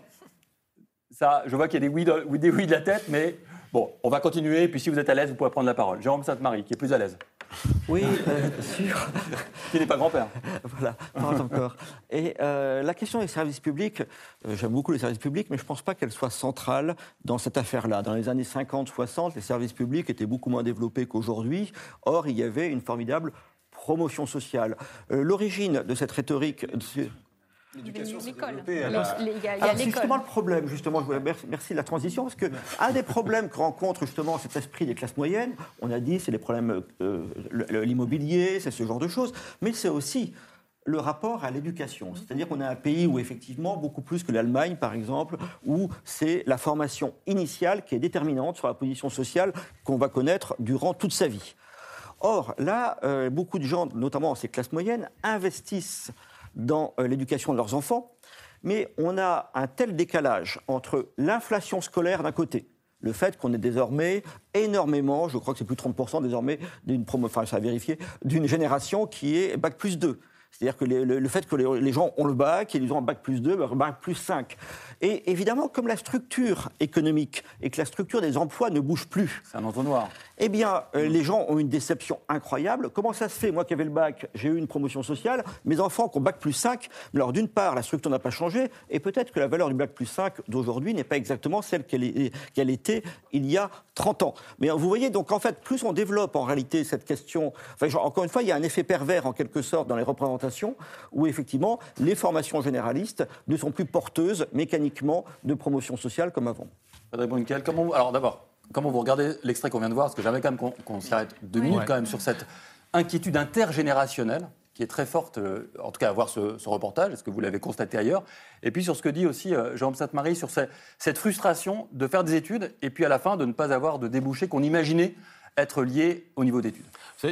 Ça, je vois qu'il y a des oui de la tête, mais bon, on va continuer. Et puis si vous êtes à l'aise, vous pouvez prendre la parole. Jérôme Sainte-Marie, qui est plus à l'aise. Oui, sûr. Qui n'est pas grand-père. Voilà, pas encore. Et la question des services publics, j'aime beaucoup les services publics, mais je ne pense pas qu'elle soit centrale dans cette affaire-là. Dans les années 50-60, les services publics étaient beaucoup moins développés qu'aujourd'hui. Or, il y avait une formidable promotion sociale. L'origine de cette rhétorique... L'éducation, c'est l'école. développé. C'est justement le problème, justement. Merci de la transition, parce qu'un des problèmes que rencontre justement cet esprit des classes moyennes, on a dit, c'est les problèmes, l'immobilier, c'est ce genre de choses, mais c'est aussi le rapport à l'éducation. C'est-à-dire qu'on a un pays où, effectivement, beaucoup plus que l'Allemagne, par exemple, où c'est la formation initiale qui est déterminante sur la position sociale qu'on va connaître durant toute sa vie. Or, là, beaucoup de gens, notamment ces classes moyennes, investissent dans l'éducation de leurs enfants, mais on a un tel décalage entre l'inflation scolaire d'un côté, le fait qu'on ait désormais énormément, je crois que c'est plus de 30% désormais, ça a vérifié, d'une génération qui est Bac plus 2. C'est-à-dire que le fait que les gens ont le bac, et ils ont un bac plus 2, bac plus 5. Et évidemment, comme la structure économique et que la structure des emplois ne bouge plus... C'est un entonnoir. Eh bien, les gens ont une déception incroyable. Comment ça se fait ? Moi qui avais le bac, j'ai eu une promotion sociale. Mes enfants qui ont bac plus 5, alors d'une part, la structure n'a pas changé, et peut-être que la valeur du bac plus 5 d'aujourd'hui n'est pas exactement celle qu'elle était il y a 30 ans. Mais vous voyez, donc en fait, plus on développe en réalité cette question... encore une fois, il y a un effet pervers en quelque sorte dans les représentations où effectivement les formations généralistes ne sont plus porteuses mécaniquement de promotion sociale comme avant. Frédéric Brunkel, alors d'abord, comment vous regardez l'extrait qu'on vient de voir ? Parce que j'aimerais quand même qu'on s'y arrête 2 minutes quand même sur cette inquiétude intergénérationnelle qui est très forte, en tout cas à voir ce reportage, est-ce que vous l'avez constaté ailleurs ? Et puis sur ce que dit aussi Jérôme Sainte-Marie, sur cette frustration de faire des études et puis à la fin de ne pas avoir de débouchés qu'on imaginait être liés au niveau d'études. C'est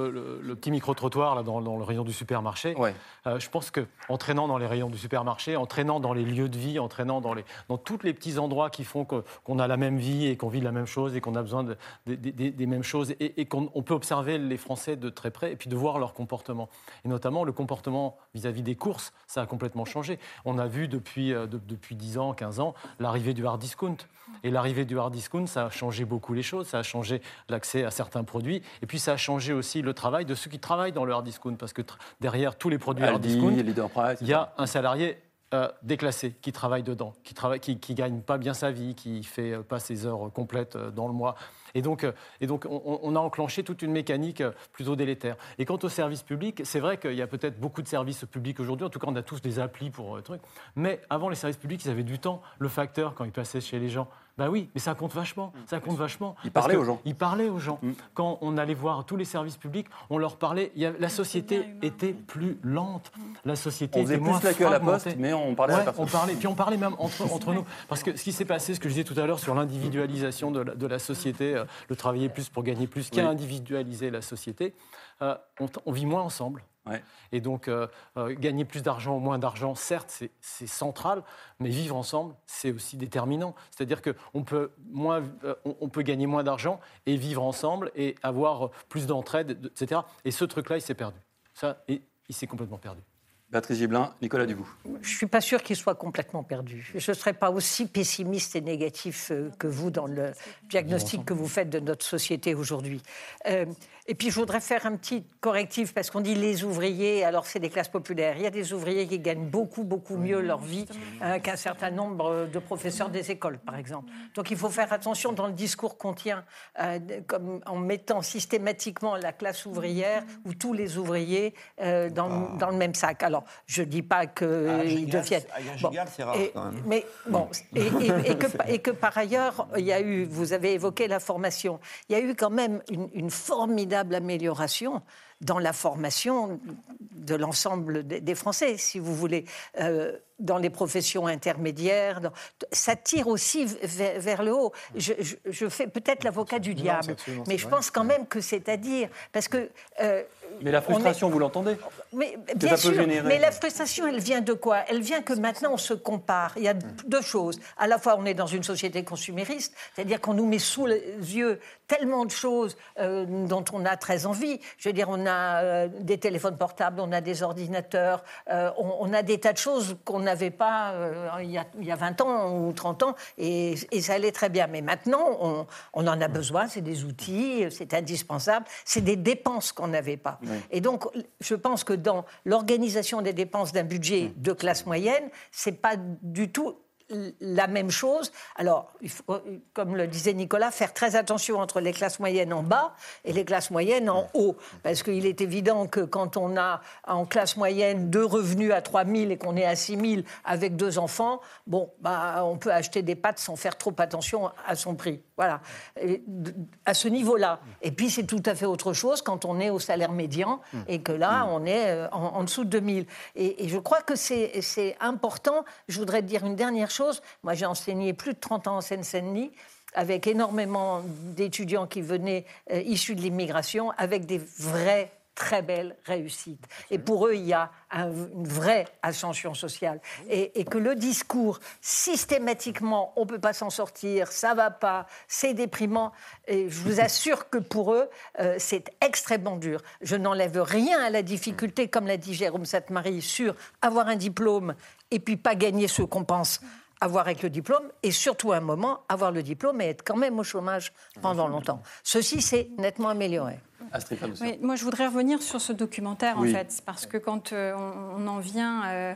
le petit micro-trottoir là, dans le rayon du supermarché. Ouais. Je pense qu'en traînant dans les rayons du supermarché, en traînant dans les lieux de vie, en traînant dans tous les petits endroits qui font qu'on a la même vie et qu'on vit la même chose et qu'on a besoin des mêmes choses et qu'on peut observer les Français de très près et puis de voir leur comportement. Et notamment le comportement vis-à-vis des courses, ça a complètement changé. On a vu depuis 10 ans, 15 ans, l'arrivée du hard discount. Et l'arrivée du hard discount, ça a changé beaucoup les choses, ça a changé l'accès à certains produits, et puis ça a changé aussi le travail de ceux qui travaillent dans le hard discount, parce que derrière tous les produits hard discount, il y a un salarié déclassé qui travaille dedans, qui gagne pas bien sa vie, qui fait pas ses heures complètes dans le mois. Et donc on a enclenché toute une mécanique plutôt délétère. Et quant aux services publics, c'est vrai qu'il y a peut-être beaucoup de services publics aujourd'hui. En tout cas, on a tous des applis pour trucs. Mais avant, les services publics, ils avaient du temps. Le facteur, quand il passait chez les gens, ben oui, mais ça compte vachement. Ça compte vachement. Il parlait aux gens. Il parlait aux gens. Quand on allait voir tous les services publics, on leur parlait. La société était plus lente. La société était moins fragmentée. On faisait plus la queue à la poste, mais on parlait à la personne. Puis on parlait même entre nous. Parce que ce qui s'est passé, ce que je disais tout à l'heure sur l'individualisation de la société, le travailler plus pour gagner plus, qui a individualisé la société, on vit moins ensemble. Ouais. Et donc, gagner plus d'argent ou moins d'argent, certes, c'est central, mais vivre ensemble, c'est aussi déterminant. C'est-à-dire qu'on peut, on peut gagner moins d'argent et vivre ensemble et avoir plus d'entraide, etc. Et ce truc-là, il s'est perdu. Il s'est complètement perdu. Béatrice Gibelin, Nicolas Dubout. Je ne suis pas sûre qu'il soit complètement perdu. Je ne serais pas aussi pessimiste et négatif que vous dans le diagnostic que vous faites de notre société aujourd'hui. Et puis, je voudrais faire un petit correctif, parce qu'on dit les ouvriers, alors c'est des classes populaires. Il y a des ouvriers qui gagnent beaucoup, beaucoup mieux leur vie qu'un certain nombre de professeurs des écoles, par exemple. Donc, il faut faire attention dans le discours qu'on tient, comme en mettant systématiquement la classe ouvrière ou tous les ouvriers dans le même sac. Alors, je ne dis pas qu'ils deviennent... c'est rare, quand même. Mais bon, et que par ailleurs, il y a eu, vous avez évoqué la formation, il y a eu quand même une formidable amélioration dans la formation de l'ensemble des Français, si vous voulez, dans les professions intermédiaires. Ça tire aussi vers le haut. Je fais peut-être l'avocat du diable, mais je pense quand même que c'est à dire, parce que... mais la frustration, vous l'entendez ? Mais bien sûr, mais la frustration, elle vient de quoi ? Elle vient que maintenant, on se compare. Il y a deux choses. À la fois, on est dans une société consumériste, c'est-à-dire qu'on nous met sous les yeux tellement de choses dont on a très envie. Je veux dire, on a des téléphones portables, on a des ordinateurs, on a des tas de choses qu'on n'avait pas il y a 20 ans ou 30 ans, et ça allait très bien. Mais maintenant, on en a besoin, c'est des outils, c'est indispensable, c'est des dépenses qu'on n'avait pas. Oui. Et donc, je pense que dans l'organisation des dépenses d'un budget de classe moyenne, c'est pas du tout la même chose. Alors, il faut, comme le disait Nicolas, faire très attention entre les classes moyennes en bas et les classes moyennes en haut. Parce qu'il est évident que quand on a en classe moyenne 2 revenus à 3 000 et qu'on est à 6 000 avec 2 enfants, bon, on peut acheter des pâtes sans faire trop attention à son prix. Voilà. Et à ce niveau-là. Et puis, c'est tout à fait autre chose quand on est au salaire médian et que là, on est en dessous de 2 000. Et je crois que c'est important. Je voudrais dire une dernière chose. Moi, j'ai enseigné plus de 30 ans en Seine-Saint-Denis, avec énormément d'étudiants qui venaient issus de l'immigration, avec des vraies, très belles réussites. Et pour eux, il y a une vraie ascension sociale. Et que le discours, systématiquement, on ne peut pas s'en sortir, ça ne va pas, c'est déprimant. Et je vous assure que pour eux, c'est extrêmement dur. Je n'enlève rien à la difficulté, comme l'a dit Jérôme Sainte-Marie, sur avoir un diplôme et puis pas gagner ce qu'on pense avoir avec le diplôme, et surtout à un moment, avoir le diplôme et être quand même au chômage pendant longtemps. Ceci s'est nettement amélioré. Oui, moi, je voudrais revenir sur ce documentaire, en fait, parce que quand on en vient...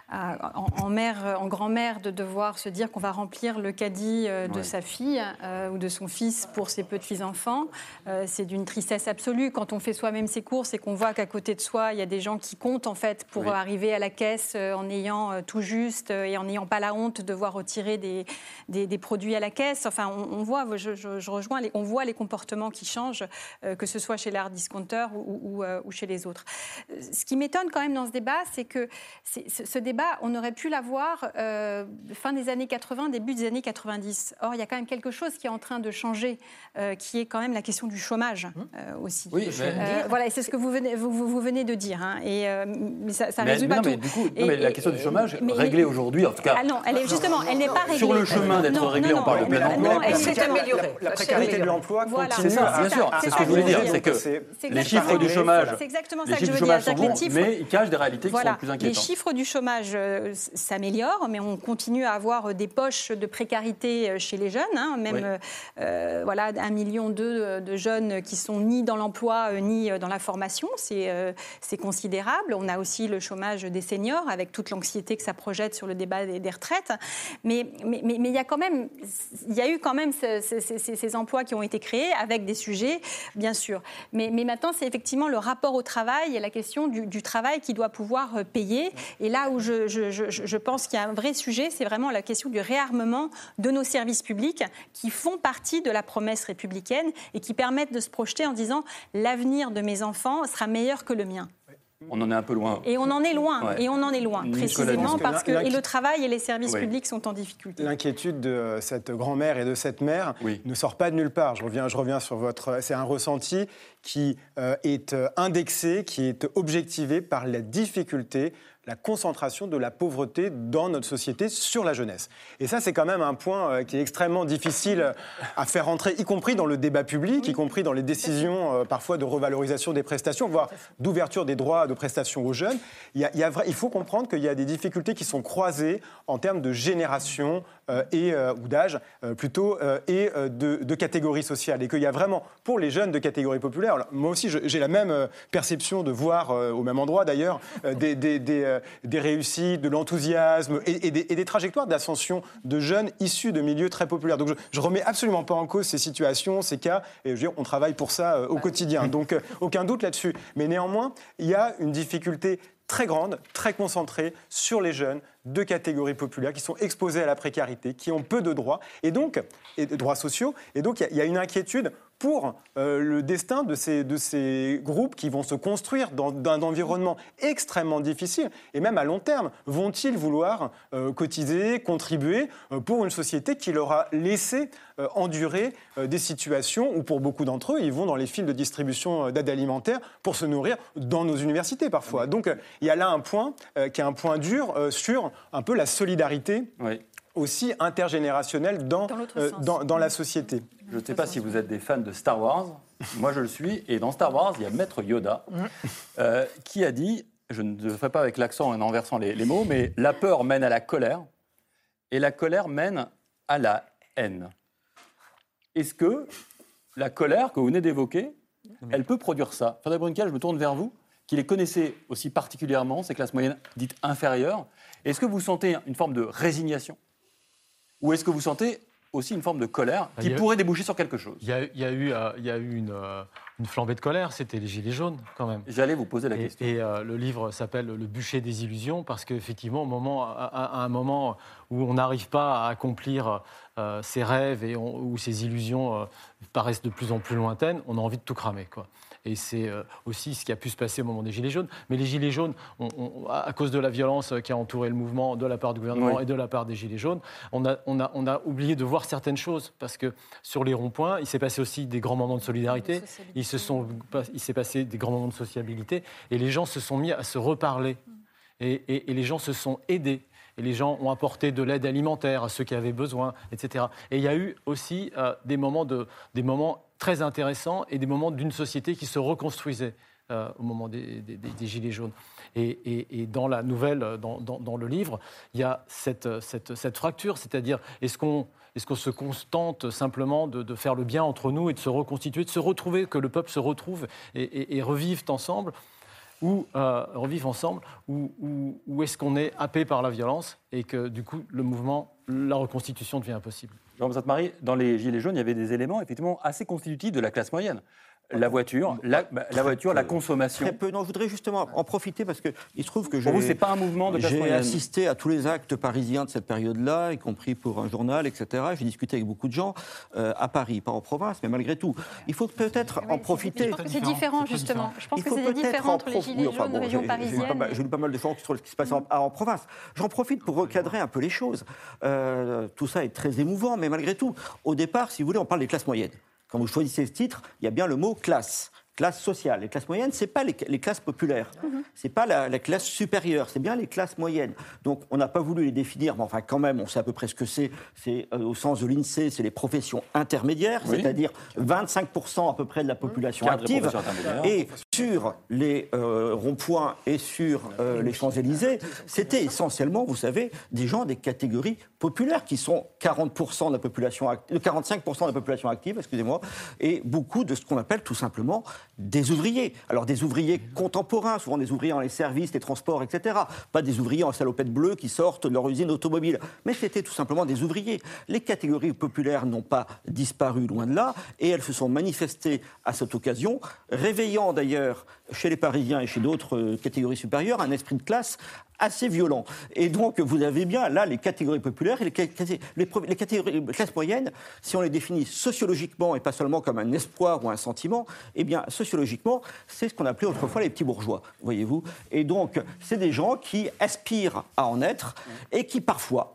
en grand-mère de devoir se dire qu'on va remplir le caddie de sa fille ou de son fils pour ses petits-enfants, c'est d'une tristesse absolue. Quand on fait soi-même ses courses et qu'on voit qu'à côté de soi, il y a des gens qui comptent en fait pour arriver à la caisse en ayant tout juste et en n'ayant pas la honte de devoir retirer des produits à la caisse. Enfin, on voit, je rejoins, on voit les comportements qui changent, que ce soit chez l'art discounter ou chez les autres. Ce qui m'étonne quand même dans ce débat, c'est que ce débat, on aurait pu l'avoir fin des années 80, début des années 90. Or, il y a quand même quelque chose qui est en train de changer, qui est quand même la question du chômage aussi. Oui, voilà, et c'est ce que vous venez de dire. Hein, mais ça résume pas tout. Mais du coup, mais la question du chômage, réglée aujourd'hui, en tout cas... Ah non, elle n'est pas réglée. Sur le chemin d'être réglée, on parle de plein emploi. Elle s'est améliorée. La précarité de l'emploi continue. C'est ça, bien sûr. C'est ce que je voulais dire. C'est que les chiffres du chômage... C'est exactement ça que je veux dire. Les chiffres du chômage sont bons, mais ils cachent des réalités qui sont plus inquiétantes. Les chiffres du chômage chômage s'améliore, mais on continue à avoir des poches de précarité chez les jeunes, hein, même voilà, 1,2 million de jeunes qui sont ni dans l'emploi ni dans la formation, c'est considérable. On a aussi le chômage des seniors avec toute l'anxiété que ça projette sur le débat des retraites. Mais il y a eu quand même ces emplois qui ont été créés avec des sujets, bien sûr. Mais maintenant, c'est effectivement le rapport au travail et la question du travail qui doit pouvoir payer. Et là où je pense qu'il y a un vrai sujet, c'est vraiment la question du réarmement de nos services publics qui font partie de la promesse républicaine et qui permettent de se projeter en disant « l'avenir de mes enfants sera meilleur que le mien ». On en est un peu loin. Et on en est loin, précisément parce que le travail et les services publics sont en difficulté. L'inquiétude de cette grand-mère et de cette mère ne sort pas de nulle part. Je reviens sur votre... C'est un ressenti qui est indexé, qui est objectivé par la difficulté, la concentration de la pauvreté dans notre société sur la jeunesse. Et ça, c'est quand même un point qui est extrêmement difficile à faire entrer, y compris dans le débat public, y compris dans les décisions parfois de revalorisation des prestations, voire d'ouverture des droits de prestations aux jeunes. Il faut comprendre qu'il y a des difficultés qui sont croisées en termes de génération ou d'âge plutôt, et de catégorie sociale. Et qu'il y a vraiment, pour les jeunes de catégorie populaire, alors, moi aussi j'ai la même perception de voir, au même endroit d'ailleurs, des réussites, de l'enthousiasme et des trajectoires d'ascension de jeunes issus de milieux très populaires. Donc je ne remets absolument pas en cause ces situations, ces cas, et je veux dire, on travaille pour ça au quotidien. Donc aucun doute là-dessus. Mais néanmoins, il y a une difficulté très grande, très concentrée sur les jeunes de catégories populaires qui sont exposés à la précarité, qui ont peu de droits, et de droits sociaux. Et donc il y a une inquiétude pour le destin de ces groupes qui vont se construire dans un environnement extrêmement difficile. Et même à long terme, vont-ils vouloir cotiser, contribuer pour une société qui leur a laissé endurer des situations où, pour beaucoup d'entre eux, ils vont dans les files de distribution d'aide alimentaire pour se nourrir dans nos universités parfois. Donc il y a là un point qui est un point dur sur un peu la solidarité aussi intergénérationnelle dans la société. Je ne sais pas si vous êtes des fans de Star Wars. Moi, je le suis. Et dans Star Wars, il y a Maître Yoda qui a dit, je ne le ferai pas avec l'accent en inversant les mots, mais la peur mène à la colère et la colère mène à la haine. Est-ce que la colère que vous venez d'évoquer, elle peut produire ça? Frédéric Brunkel, je me tourne vers vous, qui les connaissez aussi particulièrement, ces classes moyennes dites inférieures. Est-ce que vous sentez une forme de résignation? Ou est-ce que vous sentez aussi une forme de colère qui pourrait déboucher sur quelque chose? Il y a eu une flambée de colère, c'était les Gilets jaunes quand même. J'allais vous poser la question. Et le livre s'appelle « Le bûcher des illusions » parce qu'effectivement, à un moment où on n'arrive pas à accomplir ses rêves et où ses illusions paraissent de plus en plus lointaines, on a envie de tout cramer, quoi. Et c'est aussi ce qui a pu se passer au moment des Gilets jaunes. Mais les Gilets jaunes, à cause de la violence qui a entouré le mouvement de la part du gouvernement et de la part des Gilets jaunes, on a oublié de voir certaines choses. Parce que sur les ronds-points, il s'est passé aussi des grands moments de solidarité, il s'est passé des grands moments de sociabilité, et les gens se sont mis à se reparler. Et les gens se sont aidés. Et les gens ont apporté de l'aide alimentaire à ceux qui avaient besoin, etc. Et il y a eu aussi des moments très intéressants et des moments d'une société qui se reconstruisait au moment des Gilets jaunes. Et dans la nouvelle, dans le livre, il y a cette fracture, c'est-à-dire est-ce qu'on se contente simplement de faire le bien entre nous et de se reconstituer, de se retrouver, que le peuple se retrouve et revive ensemble, ou est-ce qu'on est happé par la violence et que du coup le mouvement, la reconstitution devient impossible? Jean Sainte-Marie, dans les Gilets jaunes, il y avait des éléments effectivement assez constitutifs de la classe moyenne. La voiture, la consommation. Très peu. Non, je voudrais justement en profiter parce qu'il se trouve que pour vous, c'est pas un mouvement de classe moyenne. J'ai assisté à tous les actes parisiens de cette période-là, y compris pour un journal, etc. J'ai discuté avec beaucoup de gens à Paris, pas en province, mais malgré tout. Il faut peut-être en profiter. Je pense que c'est différent, justement. Je pense que c'est différent entre les Gilets jaunes, région parisienne. J'ai lu pas mal de choses sur ce qui se passe en province. J'en profite pour recadrer un peu les choses. Tout ça est très émouvant, mais malgré tout, au départ, si vous voulez, on parle des classes moyennes. Quand vous choisissez ce titre, il y a bien le mot classe sociale. Les classes moyennes, ce n'est pas les classes populaires, ce n'est pas la classe supérieure, c'est bien les classes moyennes. Donc on n'a pas voulu les définir, mais enfin quand même, on sait à peu près ce que c'est. C'est au sens de l'INSEE, c'est les professions intermédiaires, c'est-à-dire 25% à peu près de la population active. Et sur les ronds-points et sur les Champs-Élysées, c'était essentiellement, vous savez, des gens des catégories populaires qui sont 40% de la population, 45% de la population active, excusez-moi, et beaucoup de ce qu'on appelle tout simplement des ouvriers. Alors des ouvriers contemporains, souvent des ouvriers dans les services, les transports, etc. Pas des ouvriers en salopette bleue qui sortent de leur usine automobile, mais c'était tout simplement des ouvriers. Les catégories populaires n'ont pas disparu, loin de là, et elles se sont manifestées à cette occasion, réveillant d'ailleurs chez les Parisiens et chez d'autres catégories supérieures un esprit de classe assez violent. Et donc, vous avez bien là les catégories populaires et les catégories classes moyennes, si on les définit sociologiquement et pas seulement comme un espoir ou un sentiment, eh bien, sociologiquement, c'est ce qu'on appelait autrefois les petits bourgeois, voyez-vous. Et donc, c'est des gens qui aspirent à en être et qui parfois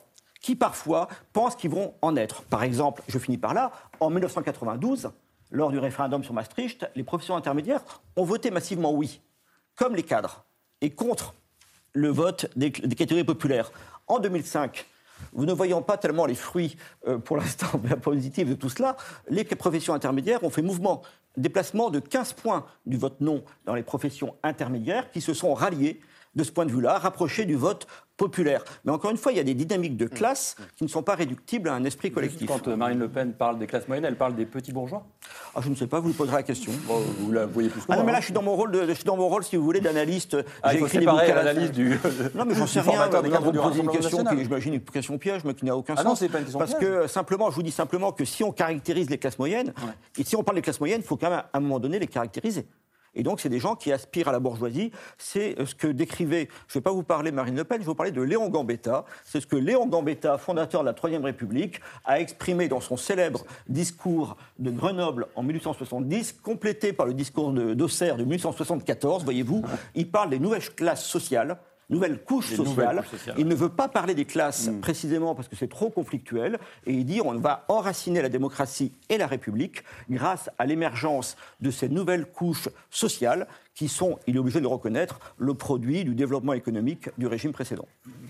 pensent qu'ils vont en être. Par exemple, je finis par là, en 1992, lors du référendum sur Maastricht, les professions intermédiaires ont voté massivement oui, comme les cadres, et contre le vote des catégories populaires. En 2005, vous ne voyant pas tellement les fruits, pour l'instant, positifs de tout cela, les professions intermédiaires ont fait mouvement, déplacement de 15 points du vote non dans les professions intermédiaires qui se sont ralliés, de ce point de vue-là, rapprochés du vote populaire. Mais encore une fois, il y a des dynamiques de classe qui ne sont pas réductibles à un esprit collectif. Quand Marine Le Pen parle des classes moyennes, elle parle des petits bourgeois? Je ne sais pas, vous lui poserez la question. Bon, vous la voyez plus que moi. Non, mais là, je suis dans mon rôle, si vous voulez, d'analyste. J'ai écrit des bouquins l'analyse du. Non, mais j'en sais rien. Vous me posez une question qui, j'imagine, une question piège, mais qui n'a aucun sens. Non, c'est pas une question piège. Parce que, simplement, je vous dis simplement que si on caractérise les classes moyennes, et si on parle des classes moyennes, il faut quand même, à un moment donné, les caractériser. Et donc, c'est des gens qui aspirent à la bourgeoisie. C'est ce que décrivait, je ne vais pas vous parler de Marine Le Pen, je vais vous parler de Léon Gambetta. C'est ce que Léon Gambetta, fondateur de la Troisième République, a exprimé dans son célèbre discours de Grenoble en 1870, complété par le discours d'Auxerre de 1874, voyez-vous. Il parle des nouvelles classes sociales, nouvelle couche sociale. Il ne veut pas parler des classes précisément parce que c'est trop conflictuel. Et il dit on va enraciner la démocratie et la République grâce à l'émergence de ces nouvelles couches sociales qui sont, il est obligé de le reconnaître, le produit du développement économique du régime précédent.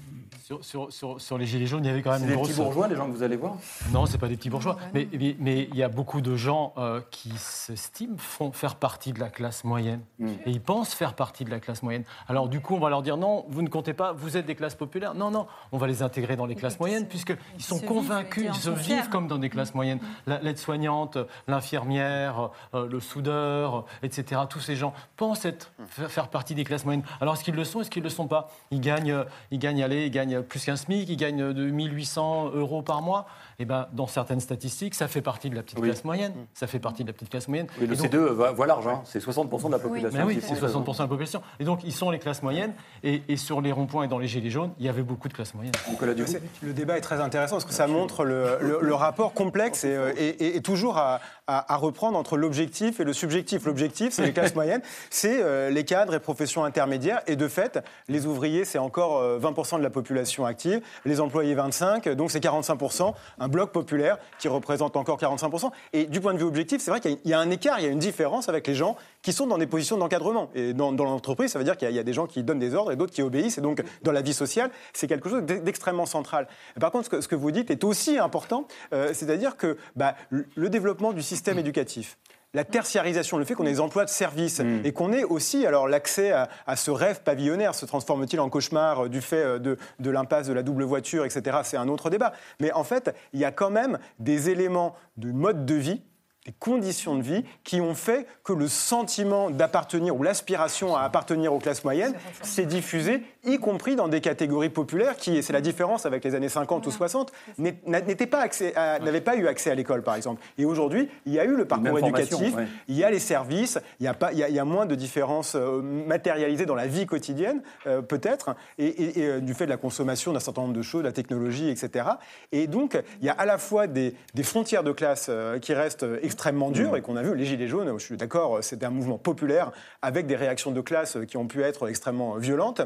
Sur les Gilets jaunes, il y avait quand même une grosse... C'est des petits bourgeois, les gens que vous allez voir? Non, c'est pas des petits bourgeois. Mais il y a beaucoup de gens qui s'estiment faire partie de la classe moyenne. Et ils pensent faire partie de la classe moyenne. Alors du coup, on va leur dire non, vous ne comptez pas, vous êtes des classes populaires. Non, on va les intégrer dans les classes moyennes puisqu'ils sont convaincus, ils se vivent comme dans des classes moyennes. L'aide-soignante, l'infirmière, le soudeur, etc. Tous ces gens pensent faire partie des classes moyennes. Alors est-ce qu'ils le sont, est-ce qu'ils ne le sont pas? Ils gagnent plus qu'un SMIC, ils gagnent de 1800 € par mois. Et ben, dans certaines statistiques, ça fait partie de la petite classe moyenne. Ça fait partie de la petite classe moyenne. Oui, le C2 voit large, hein. C'est 60% de la population. Oui, c'est 60% de la population. Et donc, ils sont les classes moyennes. Et sur les ronds-points et dans les gilets jaunes, il y avait beaucoup de classes moyennes. Le débat est très intéressant parce que ça montre le rapport complexe et toujours à reprendre entre l'objectif et le subjectif. L'objectif, c'est les classes moyennes, c'est les cadres et professions intermédiaires. Et de fait, les ouvriers, c'est encore 20% de la population active. Les employés, 25%. Donc, c'est 45%. Un bloc populaire qui représente encore 45%. Et du point de vue objectif, c'est vrai qu'il y a un écart, il y a une différence avec les gens qui sont dans des positions d'encadrement. Et dans l'entreprise, ça veut dire qu'il y a des gens qui donnent des ordres et d'autres qui obéissent. Et donc, dans la vie sociale, c'est quelque chose d'extrêmement central. Et par contre, ce que vous dites est aussi important, c'est-à-dire que le développement du système éducatif, la tertiarisation, le fait qu'on ait des emplois de service et qu'on ait aussi alors l'accès à ce rêve pavillonnaire, se transforme-t-il en cauchemar du fait de l'impasse de la double voiture, etc. C'est un autre débat. Mais en fait, il y a quand même des éléments de mode de vie, des conditions de vie qui ont fait que le sentiment d'appartenir ou l'aspiration à appartenir aux classes moyennes s'est diffusé, y compris dans des catégories populaires qui, et c'est la différence avec les années 50 ou 60, n'avaient pas eu accès à l'école, par exemple. Et aujourd'hui, il y a eu le parcours éducatif, il y a les services, il y a moins de différences matérialisées dans la vie quotidienne, peut-être, et du fait de la consommation d'un certain nombre de choses, de la technologie, etc. Et donc, il y a à la fois des frontières de classe qui restent extrêmement dur et qu'on a vu, les Gilets jaunes, je suis d'accord, c'était un mouvement populaire avec des réactions de classe qui ont pu être extrêmement violentes.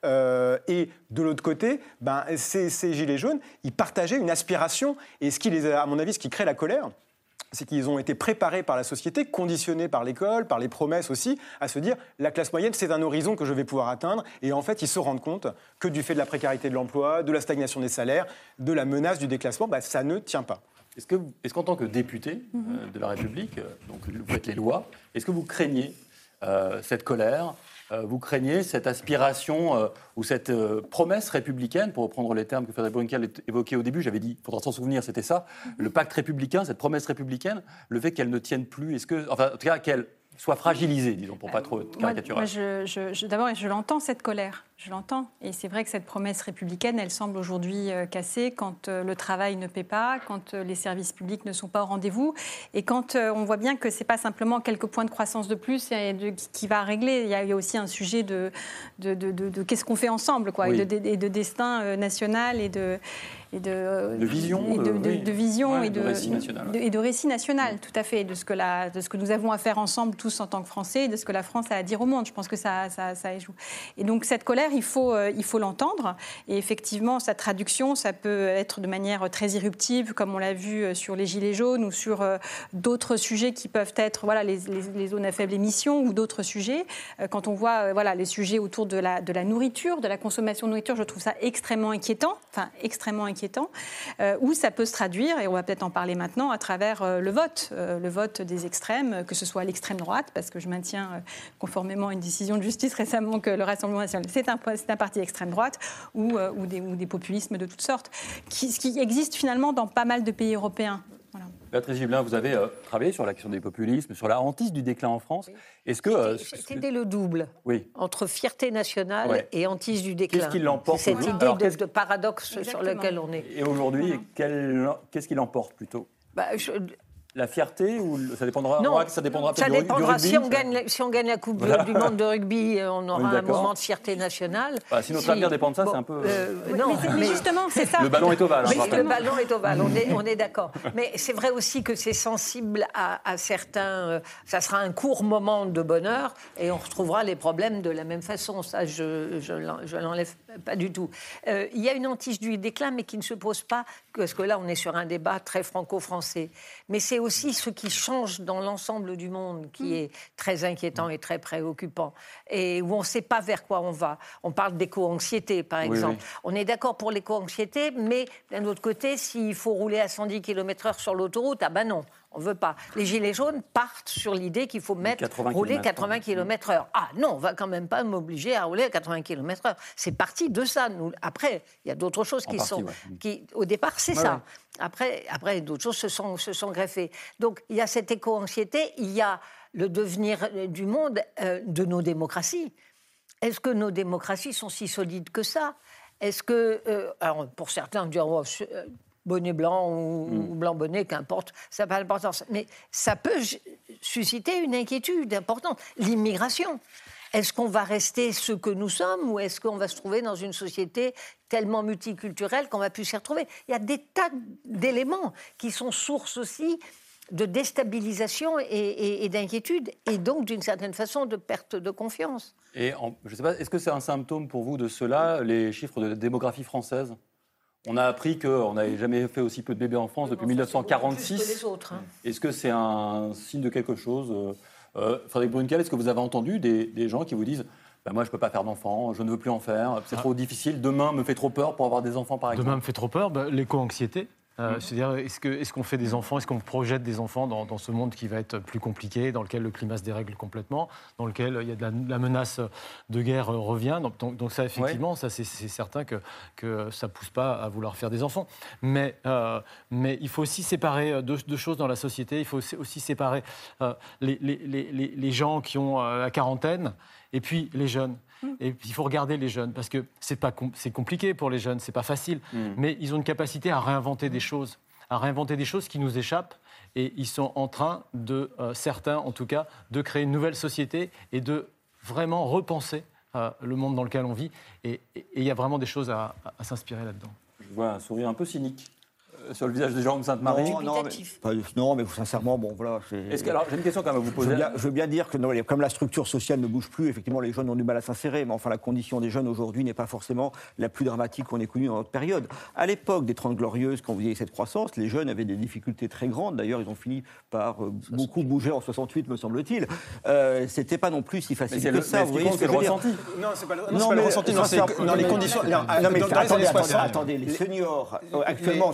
Et de l'autre côté, ces Gilets jaunes, ils partageaient une aspiration et à mon avis, ce qui crée la colère, c'est qu'ils ont été préparés par la société, conditionnés par l'école, par les promesses aussi, à se dire la classe moyenne, c'est un horizon que je vais pouvoir atteindre. Et en fait, ils se rendent compte que du fait de la précarité de l'emploi, de la stagnation des salaires, de la menace du déclassement, ça ne tient pas. Est-ce qu'en tant que député de la République, donc vous faites les lois, est-ce que vous craignez cette colère. Vous craignez cette aspiration ou cette promesse républicaine, pour reprendre les termes que Frédéric Brunkel évoquait au début, j'avais dit, il faudra s'en souvenir, c'était ça, le pacte républicain, cette promesse républicaine, le fait qu'elle ne tienne plus, enfin, en tout cas, qu'elle soit fragilisée, disons, pour pas trop caricaturer. D'abord, je l'entends, cette colère. Je l'entends. Et c'est vrai que cette promesse républicaine, elle semble aujourd'hui cassée quand le travail ne paie pas, quand les services publics ne sont pas au rendez-vous et quand on voit bien que ce n'est pas simplement quelques points de croissance de plus qui va régler. Il y a aussi un sujet de qu'est-ce qu'on fait ensemble, quoi, oui. et de destin national et de vision, et de récit national, tout à fait, de ce que nous avons à faire ensemble tous en tant que Français, et de ce que la France a à dire au monde. Je pense que ça joue. Et donc cette colère, il faut l'entendre. Et effectivement, sa traduction, ça peut être de manière très irruptive, comme on l'a vu sur les Gilets jaunes ou sur d'autres sujets qui peuvent être les zones à faible émission ou d'autres sujets. Quand on voit les sujets autour de la nourriture, de la consommation de nourriture, je trouve ça extrêmement inquiétant, où ça peut se traduire, et on va peut-être en parler maintenant, à travers le vote des extrêmes, que ce soit l'extrême droite, parce que je maintiens, conformément à une décision de justice récemment, que le Rassemblement national, c'est un parti d'extrême droite, ou des populismes de toutes sortes, qui existent finalement dans pas mal de pays européens. Voilà. Béatrice Gibelin, vous avez travaillé sur la question des populismes, sur la hantise du déclin en France. Est-ce que c'était le double, oui, entre fierté nationale et hantise du déclin. Qu'est-ce qui l'emporte? C'est cette idée de paradoxe sur lequel on est. Et aujourd'hui, qu'est-ce qui l'emporte plutôt? La fierté, ou ça dépendra? Non, ça dépendra peut-être du rugby. Si on gagne la Coupe du Monde de rugby, on aura un moment de fierté nationale. Si notre avenir dépend de ça, c'est un peu... mais justement, c'est ça. Le ballon est ovale. Le ballon est ovale, on est d'accord. Mais c'est vrai aussi que c'est sensible à certains... ça sera un court moment de bonheur et on retrouvera les problèmes de la même façon. Ça, je l'enlève pas du tout. Il y a une hantise du déclin, mais qui ne se pose pas, parce que là, on est sur un débat très franco-français. Mais c'est aussi ce qui change dans l'ensemble du monde, qui est très inquiétant et très préoccupant, et où on ne sait pas vers quoi on va. On parle d'éco-anxiété, par exemple. Oui. On est d'accord pour l'éco-anxiété, mais d'un autre côté, s'il faut rouler à 110 km/h sur l'autoroute, non. On ne veut pas. Les Gilets jaunes partent sur l'idée qu'il faut rouler 80 km/h. Non, on ne va quand même pas m'obliger à rouler à 80 km/h. C'est parti de ça. Après, il y a d'autres choses au départ, c'est ça. Ouais. Après, d'autres choses se sont greffées. Donc, il y a cette éco-anxiété, il y a le devenir du monde de nos démocraties. Est-ce que nos démocraties sont si solides que ça? Est-ce que... alors, pour certains, on dirait... bonnet blanc ou blanc bonnet, qu'importe, ça n'a pas d'importance. Mais ça peut susciter une inquiétude importante. L'immigration. Est-ce qu'on va rester ce que nous sommes ou est-ce qu'on va se trouver dans une société tellement multiculturelle qu'on va plus s'y retrouver? Il y a des tas d'éléments qui sont source aussi de déstabilisation et d'inquiétude et donc d'une certaine façon de perte de confiance. Et je ne sais pas, est-ce que c'est un symptôme pour vous de cela, les chiffres de la démographie française? On a appris qu'on n'avait jamais fait aussi peu de bébés en France depuis 1946. Plus que les autres, hein. Est-ce que c'est un signe de quelque chose? Frédéric Brunkel, est-ce que vous avez entendu des gens qui vous disent moi, je ne peux pas faire d'enfants, je ne veux plus en faire, c'est trop difficile, demain me fait trop peur pour avoir des enfants, par exemple? Demain me fait trop peur, l'éco-anxiété. C'est-à-dire, est-ce qu'on fait des enfants, est-ce qu'on projette des enfants dans ce monde qui va être plus compliqué, dans lequel le climat se dérègle complètement, dans lequel il y a la menace de guerre revient. Donc ça, effectivement, ça, c'est certain que ça ne pousse pas à vouloir faire des enfants. Mais il faut aussi séparer deux choses dans la société. Il faut aussi séparer les gens qui ont la quarantaine et puis les jeunes. Et puis, il faut regarder les jeunes, parce que c'est compliqué pour les jeunes, c'est pas facile, mais ils ont une capacité à réinventer des choses qui nous échappent, et ils sont en train certains en tout cas, de créer une nouvelle société et de vraiment repenser le monde dans lequel on vit, et il y a vraiment des choses à s'inspirer là-dedans. Je vois un sourire un peu cynique sur le visage de Jérôme Sainte-Marie. Non, mais sincèrement, bon, voilà. Alors, j'ai une question quand même à vous poser. Je veux bien dire que comme la structure sociale ne bouge plus, effectivement, les jeunes ont du mal à s'insérer, mais enfin, la condition des jeunes aujourd'hui n'est pas forcément la plus dramatique qu'on ait connue dans notre période. À l'époque des 30 Glorieuses, quand vous aviez cette croissance, les jeunes avaient des difficultés très grandes. D'ailleurs, ils ont fini par beaucoup bouger en 68, me semble-t-il. C'était pas non plus si facile que ça. Vous voyez ce que je veux dire? Non, c'est pas le ressenti. Non, c'est dans les conditions. Non, mais attendez, les seniors, actuellement, ceux qui sont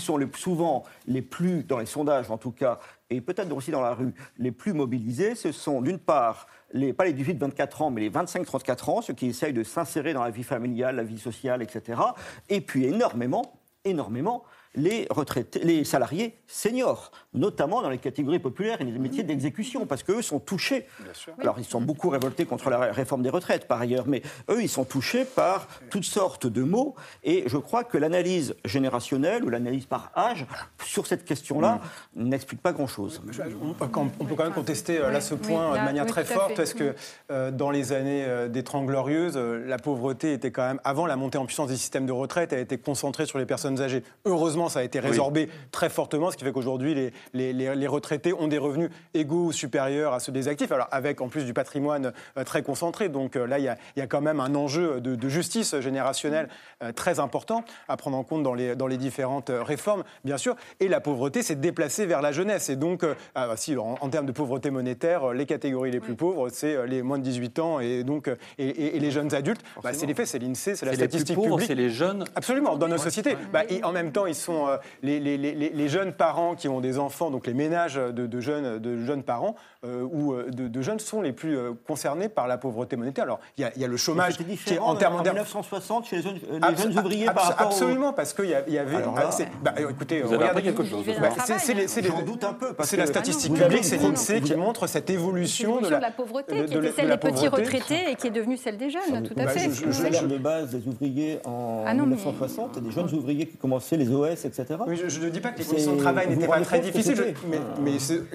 sont souvent les plus, dans les sondages en tout cas, et peut-être aussi dans la rue, les plus mobilisés, ce sont d'une part, pas les 18-24 ans, mais les 25-34 ans, ceux qui essayent de s'insérer dans la vie familiale, la vie sociale, etc. Et puis énormément, les retraités, les salariés seniors, notamment dans les catégories populaires et les métiers d'exécution, parce qu'eux sont touchés. Alors, ils sont beaucoup révoltés contre la réforme des retraites, par ailleurs, mais eux, ils sont touchés par toutes sortes de maux. Et je crois que l'analyse générationnelle ou l'analyse par âge sur cette question-là n'explique pas grand-chose. On peut quand même contester là ce point de manière très forte, parce que dans les années des Trente Glorieuses, la pauvreté était quand même, avant la montée en puissance des systèmes de retraite, elle était concentrée sur les personnes âgées. Heureusement, ça a été résorbé très fortement, ce qui fait qu'aujourd'hui, les retraités ont des revenus égaux ou supérieurs à ceux des actifs, alors avec en plus du patrimoine très concentré. Donc là, il y a quand même un enjeu de justice générationnelle très important à prendre en compte dans les différentes réformes, bien sûr. Et la pauvreté s'est déplacée vers la jeunesse. Et donc, en termes de pauvreté monétaire, les catégories les plus pauvres, c'est les moins de 18 ans et les jeunes adultes. C'est les faits, c'est l'INSEE, c'est la statistique publique. publique. C'est les jeunes. Absolument, dans nos sociétés. En même temps, ils sont les jeunes parents qui ont des enfants, donc les ménages de jeunes parents ou de jeunes sont les plus concernés par la pauvreté monétaire. Alors, il y a le chômage qui est en termes en 1960 chez les jeunes ouvriers par rapport absolument, parce qu'il y avait... écoutez, vous avez appris quelque chose. J'en doute un peu. C'est la statistique publique, c'est l'INSEE qui montre cette évolution de la pauvreté, qui était celle des petits retraités et qui est devenue celle des jeunes, tout à fait. Le salaire de base des ouvriers en 1960, et des jeunes ouvriers qui commençaient les OS, etc. Oui, je ne dis pas que les conditions de travail n'étaient pas très difficiles, mais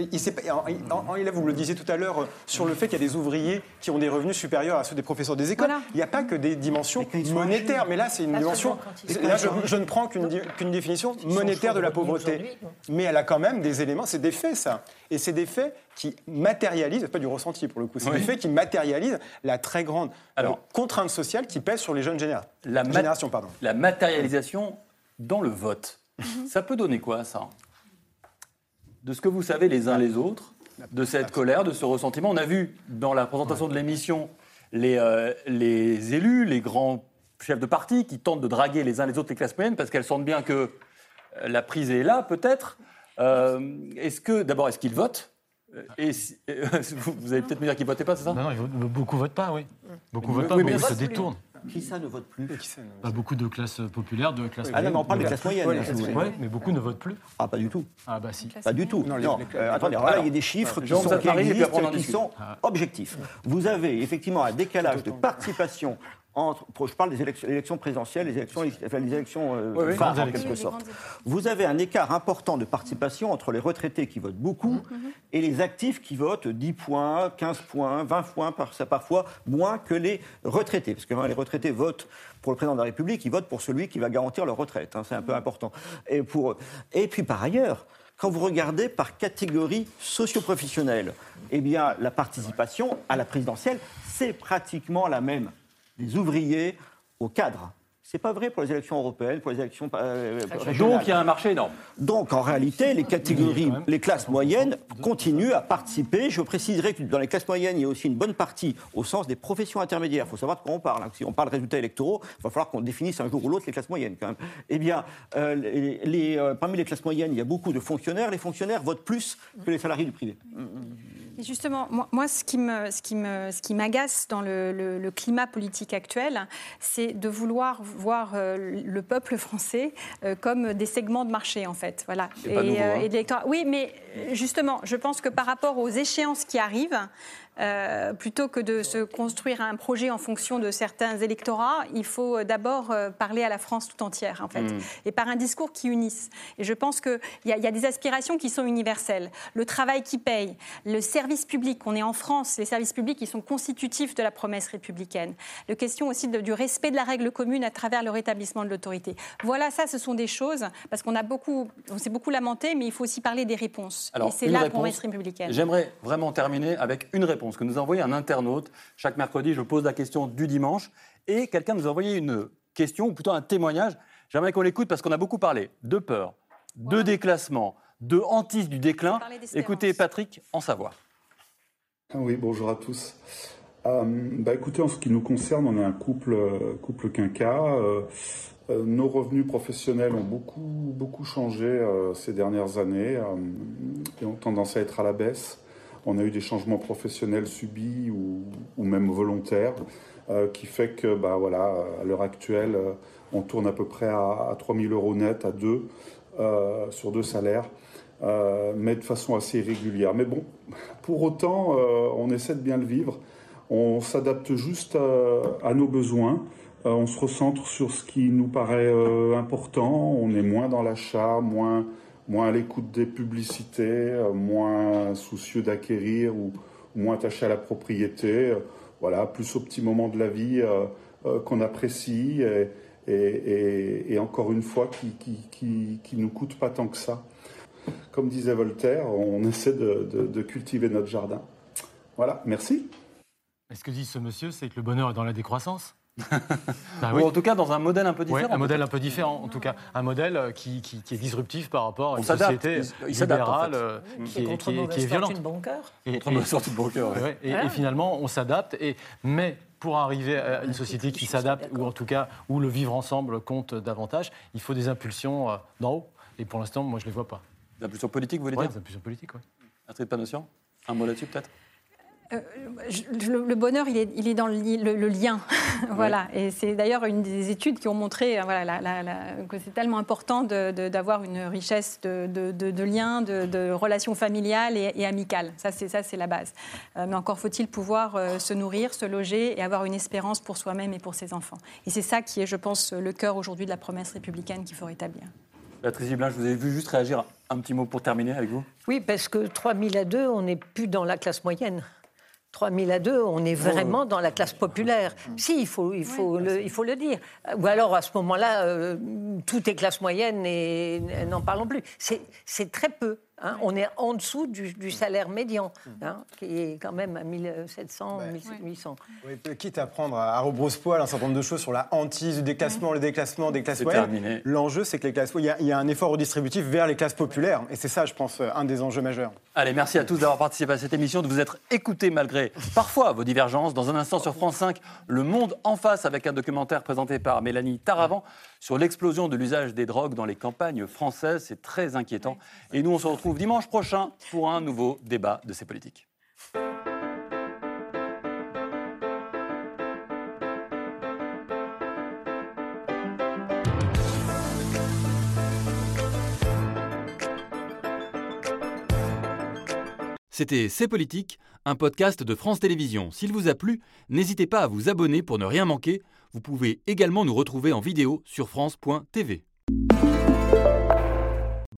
là, vous le disiez tout à l'heure sur le fait qu'il y a des ouvriers qui ont des revenus supérieurs à ceux des professeurs des écoles. Il n'y a pas que des dimensions monétaires, mais là, c'est une dimension... Là, je ne prends qu'une définition monétaire de la pauvreté, mais elle a quand même des éléments, c'est des faits, ça. Et c'est des faits qui matérialisent, c'est pas du ressenti pour le coup, c'est des faits qui matérialisent la très grande contrainte sociale qui pèse sur les jeunes générations. La matérialisation dans le vote. Ça peut donner quoi, ça? De ce que vous savez les uns les autres, de cette colère, de ce ressentiment. On a vu dans la présentation de l'émission les élus, les grands chefs de parti qui tentent de draguer les uns les autres les classes moyennes parce qu'elles sentent bien que la prise est là, peut-être. Est-ce qu'ils votent? Vous allez peut-être me dire qu'ils ne votaient pas, c'est ça? Non, beaucoup ne votent pas, oui. Beaucoup ne votent pas, beaucoup se détournent. Qui ça ne vote plus? Beaucoup de classes populaires, de classes moyennes. Non, mais on parle des classes moyennes. Oui, mais beaucoup ne votent plus. Ah, pas du tout. Ah, bah si. Pas du tout. Non, attendez, alors là, il y a des chiffres qui sont objectifs. Vous avez effectivement un décalage de participation je parle des élections présidentielles, les élections phares en quelque sorte. Vous avez un écart important de participation entre les retraités qui votent beaucoup et les actifs qui votent 10 points, 15 points, 20 points, parfois moins que les retraités. Parce que les retraités votent pour le président de la République, ils votent pour celui qui va garantir leur retraite. C'est un peu important. Et puis par ailleurs, quand vous regardez par catégorie socio-professionnelle, eh bien la participation à la présidentielle, c'est pratiquement la même. Des ouvriers aux cadres. Ce n'est pas vrai pour les élections européennes, pour les élections régionales. Donc il y a un marché énorme. Donc en réalité, les catégories, les classes moyennes continuent à participer. Je préciserai que dans les classes moyennes, il y a aussi une bonne partie au sens des professions intermédiaires. Il faut savoir de quoi on parle. Si on parle de résultats électoraux, il va falloir qu'on définisse un jour ou l'autre les classes moyennes quand même. Eh bien, parmi les classes moyennes, il y a beaucoup de fonctionnaires. Les fonctionnaires votent plus que les salariés du privé. Et justement, moi, ce qui m'agace dans le climat politique actuel, c'est de vouloir voir le peuple français comme des segments de marché, en fait. Voilà. Et de l'électorat. Oui, mais justement, je pense que par rapport aux échéances qui arrivent, plutôt que de se construire un projet en fonction de certains électorats, il faut d'abord parler à la France tout entière, en fait, et par un discours qui unisse. Et je pense qu'il y a des aspirations qui sont universelles. Le travail qui paye, le service public. On est en France, les services publics qui sont constitutifs de la promesse républicaine. La question aussi du respect de la règle commune à travers le rétablissement de l'autorité. Voilà, ça, ce sont des choses, parce on s'est beaucoup lamenté, mais il faut aussi parler des réponses. Alors, et c'est là la promesse républicaine. J'aimerais vraiment terminer avec une réponse que nous a envoyée un internaute. Chaque mercredi, je pose la question du dimanche et quelqu'un nous a envoyé une question, ou plutôt un témoignage. J'aimerais qu'on l'écoute parce qu'on a beaucoup parlé de peur, de déclassement, de hantise du déclin. Écoutez Patrick en Savoie. Oui, bonjour à tous. Écoutez, en ce qui nous concerne, on est un couple quinca. Nos revenus professionnels ont beaucoup changé ces dernières années et ont tendance à être à la baisse. On a eu des changements professionnels subis ou même volontaires qui fait que, à l'heure actuelle, on tourne à peu près à 3 000 € net à deux sur 2 salaires, mais de façon assez irrégulière. Mais bon, pour autant, on essaie de bien le vivre. On s'adapte juste à nos besoins. On se recentre sur ce qui nous paraît important. On est moins dans l'achat, moins à l'écoute des publicités, moins soucieux d'acquérir ou moins attaché à la propriété. Plus au petit moment de la vie qu'on apprécie et encore une fois qui nous coûte pas tant que ça. Comme disait Voltaire, on essaie de cultiver notre jardin. Voilà, merci. Ce que dit ce monsieur, c'est que le bonheur est dans la décroissance. Ou en tout cas dans un modèle un peu différent. Oui, un modèle un peu différent, en tout cas. Un modèle qui est disruptif par rapport à une société libérale en fait. qui est violente. Contre bon cœur. Contre mauvaise fortune de bon cœur. Et finalement, on s'adapte. Mais pour arriver à une société qui s'adapte, ou en tout cas où le vivre ensemble compte davantage, il faut des impulsions d'en haut. Et pour l'instant, moi, je ne les vois pas. Des impulsions politiques, vous voulez dire ? Des impulsions politiques, oui. Astrid Panosyan, un mot là-dessus peut-être ? Le bonheur, il est dans le lien. Voilà. Et c'est d'ailleurs une des études qui ont montré que c'est tellement important d'avoir une richesse de liens, de relations familiales et amicales. Ça, c'est la base. Mais encore faut-il pouvoir se nourrir, se loger et avoir une espérance pour soi-même et pour ses enfants. Et c'est ça qui est, je pense, le cœur aujourd'hui de la promesse républicaine qu'il faut rétablir. Béatrice Ziblin, je vous ai vu juste réagir. Un petit mot pour terminer avec vous. Oui, parce que 3 000 à 2, on n'est plus dans la classe moyenne. 3 000 à 2, on est vraiment dans la classe populaire. Si, il faut le dire. Ou alors, à ce moment-là, tout est classe moyenne et n'en parlons plus. C'est très peu. Hein. On est en dessous du salaire médian, qui est quand même à 1 700, 1 800. Oui, quitte à prendre à rebrousse-poil un certain nombre de choses sur la hantise du déclassement, le déclassement des classes moyennes. L'enjeu, c'est que il y a un effort redistributif vers les classes populaires. Et c'est ça, je pense, un des enjeux majeurs. Allez, merci à tous d'avoir participé à cette émission, de vous être écoutés malgré parfois vos divergences. Dans un instant sur France 5, Le Monde en face, avec un documentaire présenté par Mélanie Taravant sur l'explosion de l'usage des drogues dans les campagnes françaises. C'est très inquiétant. Et nous, on se retrouve dimanche prochain pour un nouveau débat de C'est politique. C'était C'est politique, un podcast de France Télévisions. S'il vous a plu, n'hésitez pas à vous abonner pour ne rien manquer. Vous pouvez également nous retrouver en vidéo sur France.tv.